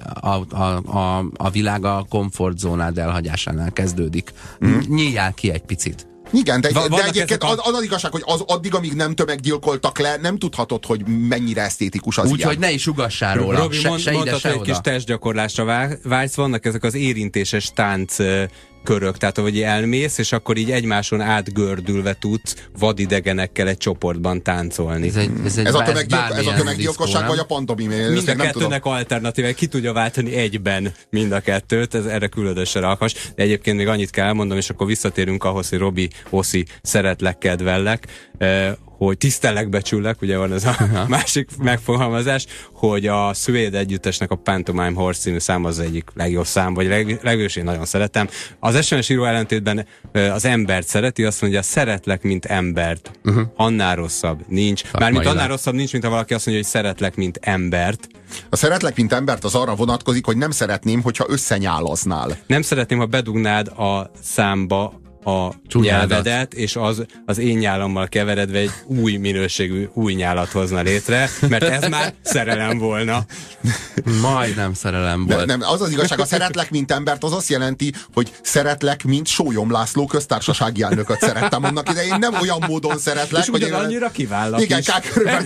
a világ a komfortzónád elhagyásánál kezdődik. Nyíljál ki egy picit. Igen, de egyébként az igazság, hogy addig, amíg nem tömeggyilkoltak le, nem tudhatod, hogy mennyire esztétikus az úgyhogy ne is ugassál róla, Robi, mondtad, hogy egy kis testgyakorlásra vágysz, vannak ezek az érintéses tánc körök, tehát ahogy elmész, és akkor így egymáson átgördülve tudsz vadidegenekkel egy csoportban táncolni. Ez a tömeggyilkosság vagy a pantomim? Mind a kettőnek alternatíve, ki tudja váltani egyben mind a kettőt, ez erre különösen alkalmas. De egyébként még annyit kell elmondom, és akkor visszatérünk ahhoz, hogy Robi, Oszi, szeretlek, kedvellek, hogy tisztellek, becsüllek, ugye van ez a másik megfogalmazás, hogy a svéd együttesnek a Pantomime Horse című szám az egyik legjobb szám, vagy legalábbis én nagyon szeretem. Az SMS író ellentétben az embert szereti, azt mondja, szeretlek, mint embert. Annál rosszabb nincs. Mármint annál rosszabb nincs, mint ha valaki azt mondja, hogy szeretlek, mint embert. A szeretlek, mint embert az arra vonatkozik, hogy nem szeretném, hogyha összenyálaznál. Nem szeretném, ha bedugnád a számba a nyelvedet, és az én nyálammal keveredve egy új minőségű új nyálat hozna létre, mert ez már szerelem volna. Majdnem szerelem volt. Nem, az az igazság, a szeretlek, mint embert, az azt jelenti, hogy szeretlek, mint Sólyom László köztársasági elnököt szerettem annak idején, nem olyan módon szeretlek. És ugyanannyira kivállak igen, is.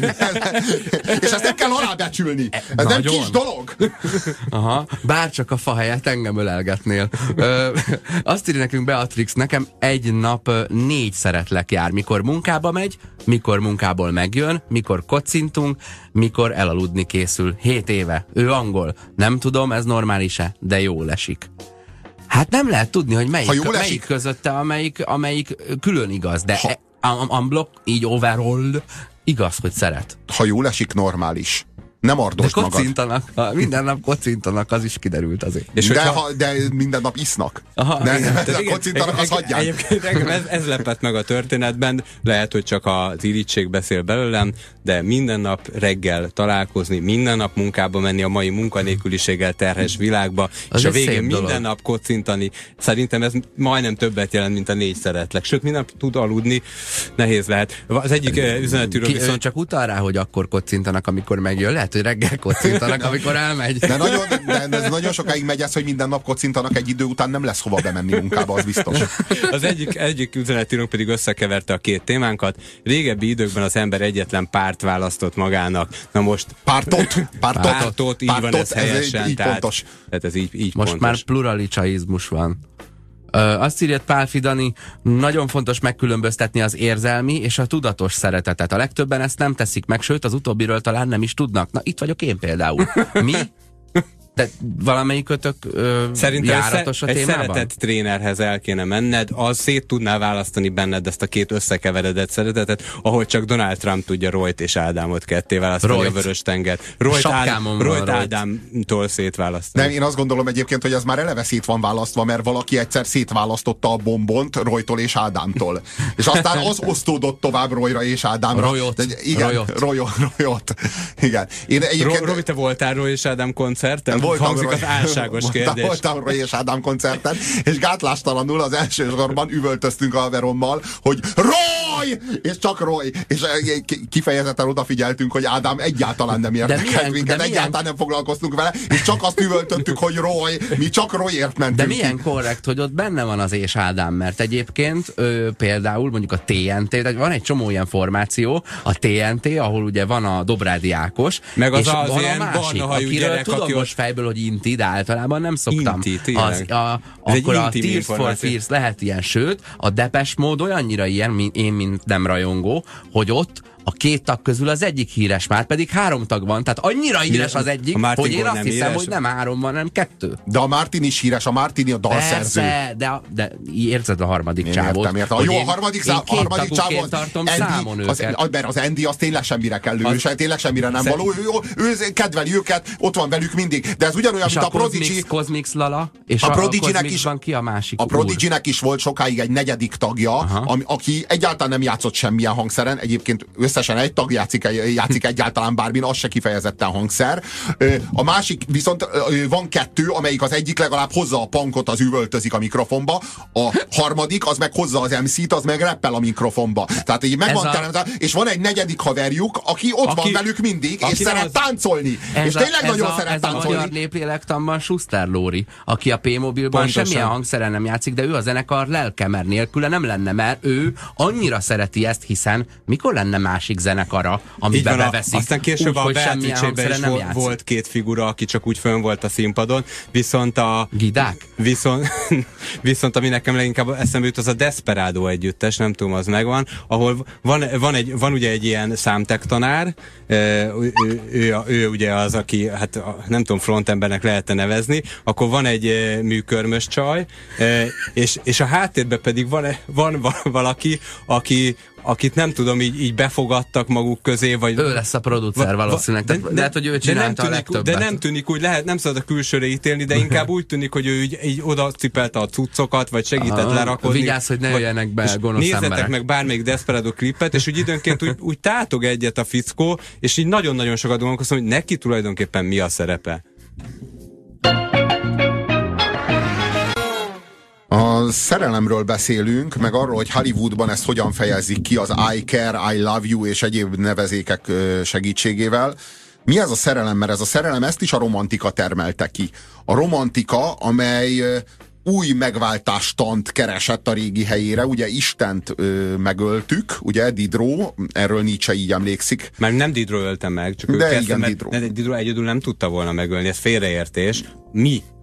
És ezt nem kell alábecsülni. Ez nem kis dolog. Aha, bárcsak a fa helyett engem ölelgetnél. Azt írja nekünk Beatrix, nekem egy nap 4 szeretlek jár, mikor munkába megy, mikor munkából megjön, mikor kocintunk, mikor elaludni készül. 7 éve. Ő angol. Nem tudom, ez normális-e, de jól esik. Hát nem lehet tudni, hogy melyik közötte, amelyik külön igaz, de unblock, így overall, igaz, hogy szeret. Ha jól esik, normális. Nem ardosd magad. Kocintanak, minden nap kocintanak, az is kiderült azért. És de minden nap isznak. Kocintanak, az hagyják. Egyébként ez lepett meg a történetben, lehet, hogy csak az irítség beszél belőlem, de minden nap reggel találkozni, minden nap munkába menni a mai munkanélküliséggel terhes világba, az és a végén minden nap kocintani. Szerintem ez majdnem többet jelent, mint a 4 szeretlek. Sőt, minden nap tud aludni, nehéz lehet. Az egyik üzenetűről viszont... Csak utal rá, hogy akkor kocintanak, amikor megjön. Lehet, hogy reggel kocintanak, amikor elmegy. De ez nagyon sokáig megy ez, hogy minden nap kocintanak, egy idő után nem lesz hova bemenni munkába, az biztos. Az egyik üzenetűrőnk pedig összekeverte a két témánkat. Régebbi időkben az ember egyetlen párt választott magának. Na most... Pártot, így van ez helyesen. Így pontos. Tehát ez így most pontos. már pluralicaizmus van. Azt írja Pál Fidani, nagyon fontos megkülönböztetni az érzelmi és a tudatos szeretetet. A legtöbben ezt nem teszik meg, sőt az utóbbiről talán nem is tudnak. Na, itt vagyok én például. Mi? Te valamelyikötök járatos a témában? Egy szeretett trénerhez el kéne menned, az szét tudná választani benned ezt a két összekeveredett szeretetet, ahol csak Donald Trump tudja Royt és Ádámot ketté választani a Vörös-tengert. Royt Ádámtól szétválasztani. Nem, én azt gondolom egyébként, hogy ez már eleve szét van választva, mert valaki egyszer szétválasztotta a bombont Roytól és Ádámtól. És aztán az osztódott tovább Royra és Ádámra. Royot. Igen. Robi, te voltál Roy és Ádám koncerten? Hangzik az álságos kérdés. Voltam Roy és Ádám koncerten, és gátlástalanul az első sorban üvöltöztünk a haverommal, hogy Roy! És csak Roy! És kifejezetten odafigyeltünk, hogy Ádám egyáltalán nem érdekelt minket, egyáltalán nem foglalkoztunk vele, és csak azt üvöltöttük, hogy Roy, mi csak Royért mentünk. De milyen korrekt, hogy ott benne van az és Ádám, mert egyébként például mondjuk a TNT, tehát van egy csomó ilyen formáció, a TNT, ahol ugye van a Dobrádi Ákos, meg az és az van ilyen a másik, akiről tudom most fejből, hogy Inti, de általában nem szoktam. Inti, akkor a Tears for Fears lehet ilyen, sőt, a Depeche Mode olyannyira ilyen, én mint nem rajongó, hogy ott a két tag közül az egyik híres, már pedig 3 tag van, tehát annyira híres az egyik, hogy én azt hiszem, hogy nem 3 van, hanem 2. De a Martin is híres, a Martini a dalszerző. Persze, de érzed a harmadik csávót. Értem. A harmadik csávó tartom számon őket. Mert az Andy az tényleg semmire kellő, tényleg semmire nem való, ő kedveli őket, ott van velük mindig, de ez ugyanolyan, mint a Prodigy. Cosmix Lala, és a Cosmixban ki a másik. A Prodigynek is volt sokáig egy 4. tagja, aki egyáltalán nem játszott semmilyen hangszeren, egyébként összesen egy tag játszik egyáltalán bármin, az se kifejezetten hangszer. A másik viszont van 2, amelyik az egyik legalább hozza a punkot, az üvöltözik a mikrofonba, a harmadik az meg hozza az MC-t, az meg rappel a mikrofonba. Tehát így megvan teremtve, és van egy 4. haverjuk, aki van velük mindig, és szeret táncolni. És tényleg nagyon szeret táncolni. Ez a magyar néplélektanban Schuster Lóri, aki a P-mobilban semmilyen hangszeren nem játszik, de ő a zenekar lelke, mert nélküle nem lenne, mert ő annyira szereti ezt, hiszen mikor lenne másik zenekara, amiben beveszik. Aztán később a Beatrice-ben is volt 2 figura, aki csak úgy fönn volt a színpadon, viszont a... Gidák? Viszont ami nekem leginkább eszembe jut, az a Desperado együttes, nem tudom, az megvan, ahol van ugye egy ilyen számtektanár, ő ugye az, aki, hát nem tudom, frontembernek lehetne nevezni, akkor van egy műkörmös csaj, és a háttérben pedig van valaki, akit nem tudom, így befogadtak maguk közé, vagy... Ő lesz a producer valószínűleg, de lehet, hogy ő csinálta a legtöbbet. De nem tűnik úgy, nem szabad a külsőre ítélni, de inkább úgy tűnik, hogy ő így oda cipelte a cuccokat, vagy segített lerakozni. Vigyázz, hogy ne jöjjenek be gonosz nézzetek emberek. meg bármelyik Desperado klipet, és úgy időnként úgy tátog egyet a fickó, és így nagyon-nagyon sokat gondolkozom, hogy neki tulajdonképpen mi a szerepe. A szerelemről beszélünk, meg arról, hogy Hollywoodban ezt hogyan fejezik ki az I care, I love you és egyéb nevezékek segítségével. Mi ez a szerelem? Mert ez a szerelem ezt is a romantika termelte ki. A romantika, amely új megváltástant keresett a régi helyére, ugye Istent megöltük, ugye Diderot, erről Nietzsche így emlékszik. Már nem Diderot ölte meg, csak de igen, Diderot egyedül nem tudta volna megölni, ez félreértés. Mi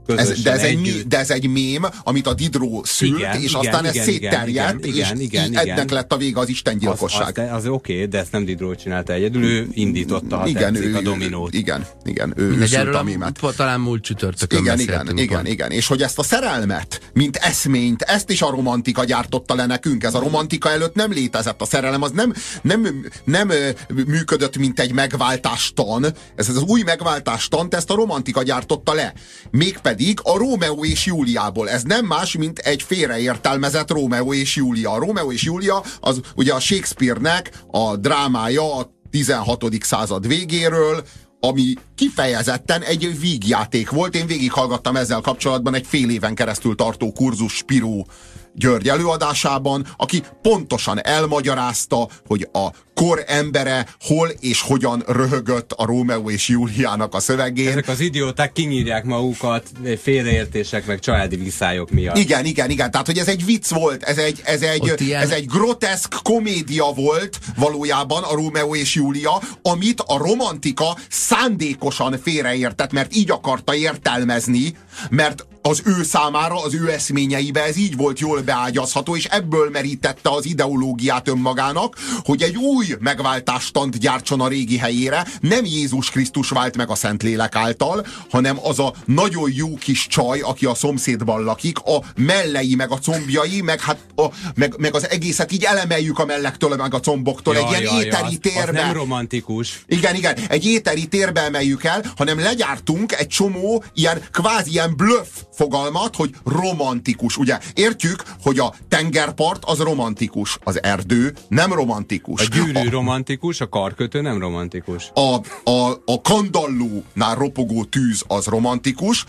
közösen de ez egy mém, amit a Diderot szült, és aztán ez szétterjedt, és ennek lett a vége az istengyilkosság. Az oké, de ezt nem Diderot csinálta egyedül, ő indította, ha tetszik, a dominót. Igen, ő szült a mémet. Talán múlt csütörtökön Igen, és hogy ezt a szerelmet, mint eszményt, ezt is a romantika gyártotta le nekünk. Ez a romantika előtt nem létezett. A szerelem az nem működött, mint egy megváltástan. Ez az új megváltástant, ezt a romantika gyártotta le. Mégpedig a Rómeó és Júliából. Ez nem más, mint egy félreértelmezett Rómeó és Júlia. A Rómeó és Júlia az ugye a Shakespeare-nek a drámája a 16. század végéről, ami kifejezetten egy vígjáték volt. Én végighallgattam ezzel kapcsolatban egy fél éven keresztül tartó kurzus Spiró György előadásában, aki pontosan elmagyarázta, hogy a kor embere hol és hogyan röhögött a Rómeó és Júliának a szövegén. Ezek az idióták kinyírják magukat félreértések meg családi viszályok miatt. Igen. Tehát, hogy ez egy vicc volt, ez egy groteszk komédia volt valójában a Rómeó és Júlia, amit a romantika szándékosan félreértett, mert így akarta értelmezni, mert az ő számára, az ő eszményeibe ez így volt jól beágyazható, és ebből merítette az ideológiát önmagának, hogy egy új megváltástant gyártson a régi helyére. Nem Jézus Krisztus vált meg a Szentlélek által, hanem az a nagyon jó kis csaj, aki a szomszédban lakik, a mellei, meg a combjai, meg az egészet így elemeljük a mellektől, meg a comboktól. Egy ilyen éteri térbe. Az nem romantikus. Igen, egy éteri térbe emeljük el, hanem legyártunk egy csomó ilyen kvázi ilyen bluff fogalmat, hogy romantikus. Ugye értjük, hogy a tengerpart az romantikus, az erdő nem romantikus. A gyűrű romantikus, a karkötő nem romantikus. A kandallónál ropogó tűz az romantikus,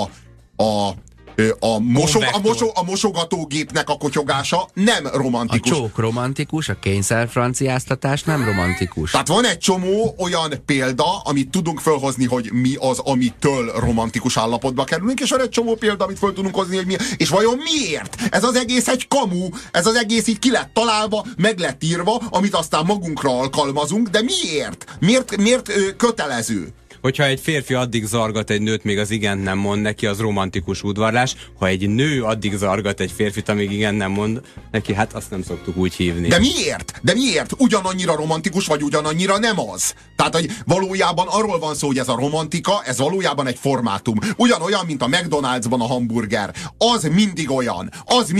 a mosogatógépnek a kotyogása nem romantikus. A csók romantikus, a kényszerfranciáztatás nem romantikus. Tehát van egy csomó olyan példa, amit tudunk fölhozni, hogy mi az, amitől romantikus állapotba kerülünk, és van egy csomó példa, amit föl tudunk hozni, hogy mi. És vajon miért? Ez az egész egy kamu, ez az egész így ki lett találva, meg lett írva, amit aztán magunkra alkalmazunk, de miért? Miért kötelező? Hogyha egy férfi addig zargat egy nőt, még az igent nem mond neki, az romantikus udvarlás. Ha egy nő addig zargat egy férfit, amíg igent nem mond neki, hát azt nem szoktuk úgy hívni. De miért? Ugyanannyira romantikus, vagy ugyanannyira nem az? Tehát, hogy valójában arról van szó, hogy ez a romantika, ez valójában egy formátum. Ugyanolyan, mint a McDonald'sban a hamburger. Az mindig olyan,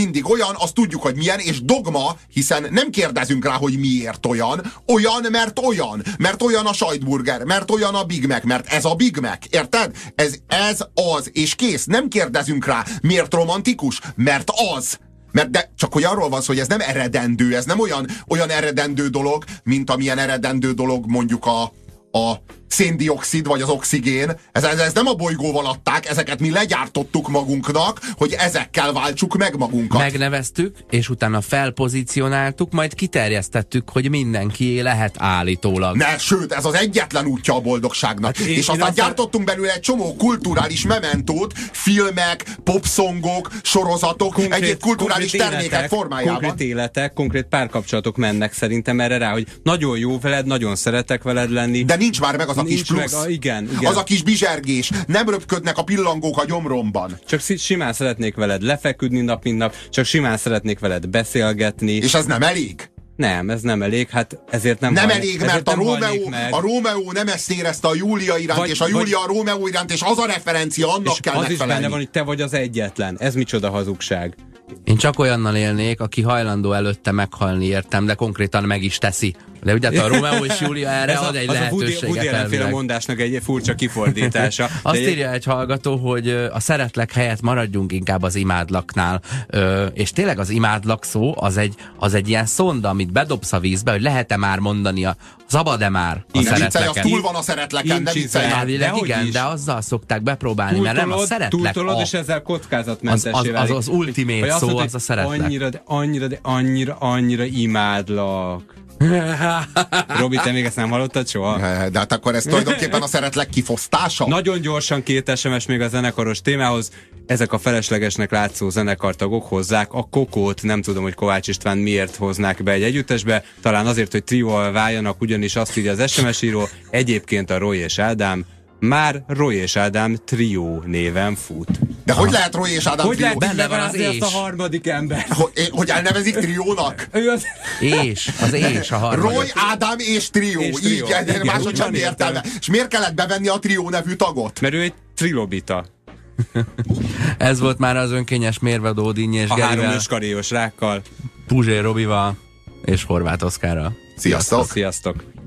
azt tudjuk, hogy milyen, és dogma, hiszen nem kérdezünk rá, hogy miért olyan, mert olyan a sajtburger, mert olyan a Big Mac, mert ez a Big Mac, érted? Ez az, és kész, nem kérdezünk rá, miért romantikus? Mert az. De csak hogy arról van szó, hogy ez nem eredendő, ez nem olyan eredendő dolog, mint amilyen eredendő dolog mondjuk a széndioxid vagy az oxigén. Ez nem a bolygóval adták, ezeket mi legyártottuk magunknak, hogy ezekkel váltsuk meg magunkat. Megneveztük, és utána felpozícionáltuk, majd kiterjesztettük, hogy mindenkié lehet állítólag. Sőt, ez az egyetlen útja a boldogságnak. Hát és aztán gyártottunk belőle egy csomó kulturális mementót, filmek, popszongok, sorozatok, egyéb kulturális termékek formájában. Konkrét életek, konkrét párkapcsolatok mennek szerintem erre rá, hogy nagyon jó veled, nagyon szeretek veled lenni. De nincs már meg az a kis plusz. Igen. Az a kis bizsergés. Nem röpködnek a pillangók a gyomromban. Csak simán szeretnék veled lefeküdni nap, mint nap, csak simán szeretnék veled beszélgetni. És ez nem elég? Nem, ez nem elég, hát ezért nem elég, mert a Rómeó nem ezt érezte a Júlia iránt, és a Júlia a Rómeó iránt, és az a referencia, annak kell megfelelni. Az is benne van, hogy te vagy az egyetlen. Ez micsoda hazugság. Én csak olyannal élnék, aki hajlandó előtte meghalni, értem, de konkrétan meg is teszi. De ugye a Rómeó és Júlia erre ad egy lehetőséget. Ez a Woody Allen-féle mondásnak egy furcsa kifordítása. Azt írja egy hallgató, hogy a szeretlek helyett maradjunk inkább az imádlaknál. És tényleg az imádlak szó az egy ilyen szonda, amit bedobsz a vízbe, hogy lehet-e már mondani szabad-e már a szeretleken. Túl van a szeretleken, nem viccelj. Igen, de azzal szokták bepróbálni, mert nem a szeretlek. Túltolod, és ezzel kockázatmentessé válik. Az ultimate szó, az a szeretlek. Annyira imádlak. Robi, te még ezt nem hallottad soha? De hát akkor ez tulajdonképpen a szeretlek kifosztása? Nagyon gyorsan 2 SMS még a zenekaros témához. Ezek a feleslegesnek látszó zenekartagok hozzák a Kokót. Nem tudom, hogy Kovács István miért hoznák be egy együttesbe. Talán azért, hogy trióval váljanak, ugyanis azt írja az SMS író. Egyébként a Roy és Ádám már Roy és Ádám trió néven fut. De hogy lehet Roy és Ádám Hogy trió? lehet Benne van megnevezni az ezt a és. harmadik ember? Hogy elnevezik triónak? Ő az... Az és a harmadik. Roy, Ádám és trió. És trió. Így, Igen, máshogy úgy sem van értelme. És miért kellett bevenni a trió nevű tagot? Mert ő egy trilobita. Ez volt már az önkényes mérvadó Dinnyi és A 3 Gerivel, őskaréjos rákkal. Puzsér Robival és Horváth Oszkárral. Sziasztok! Sziasztok!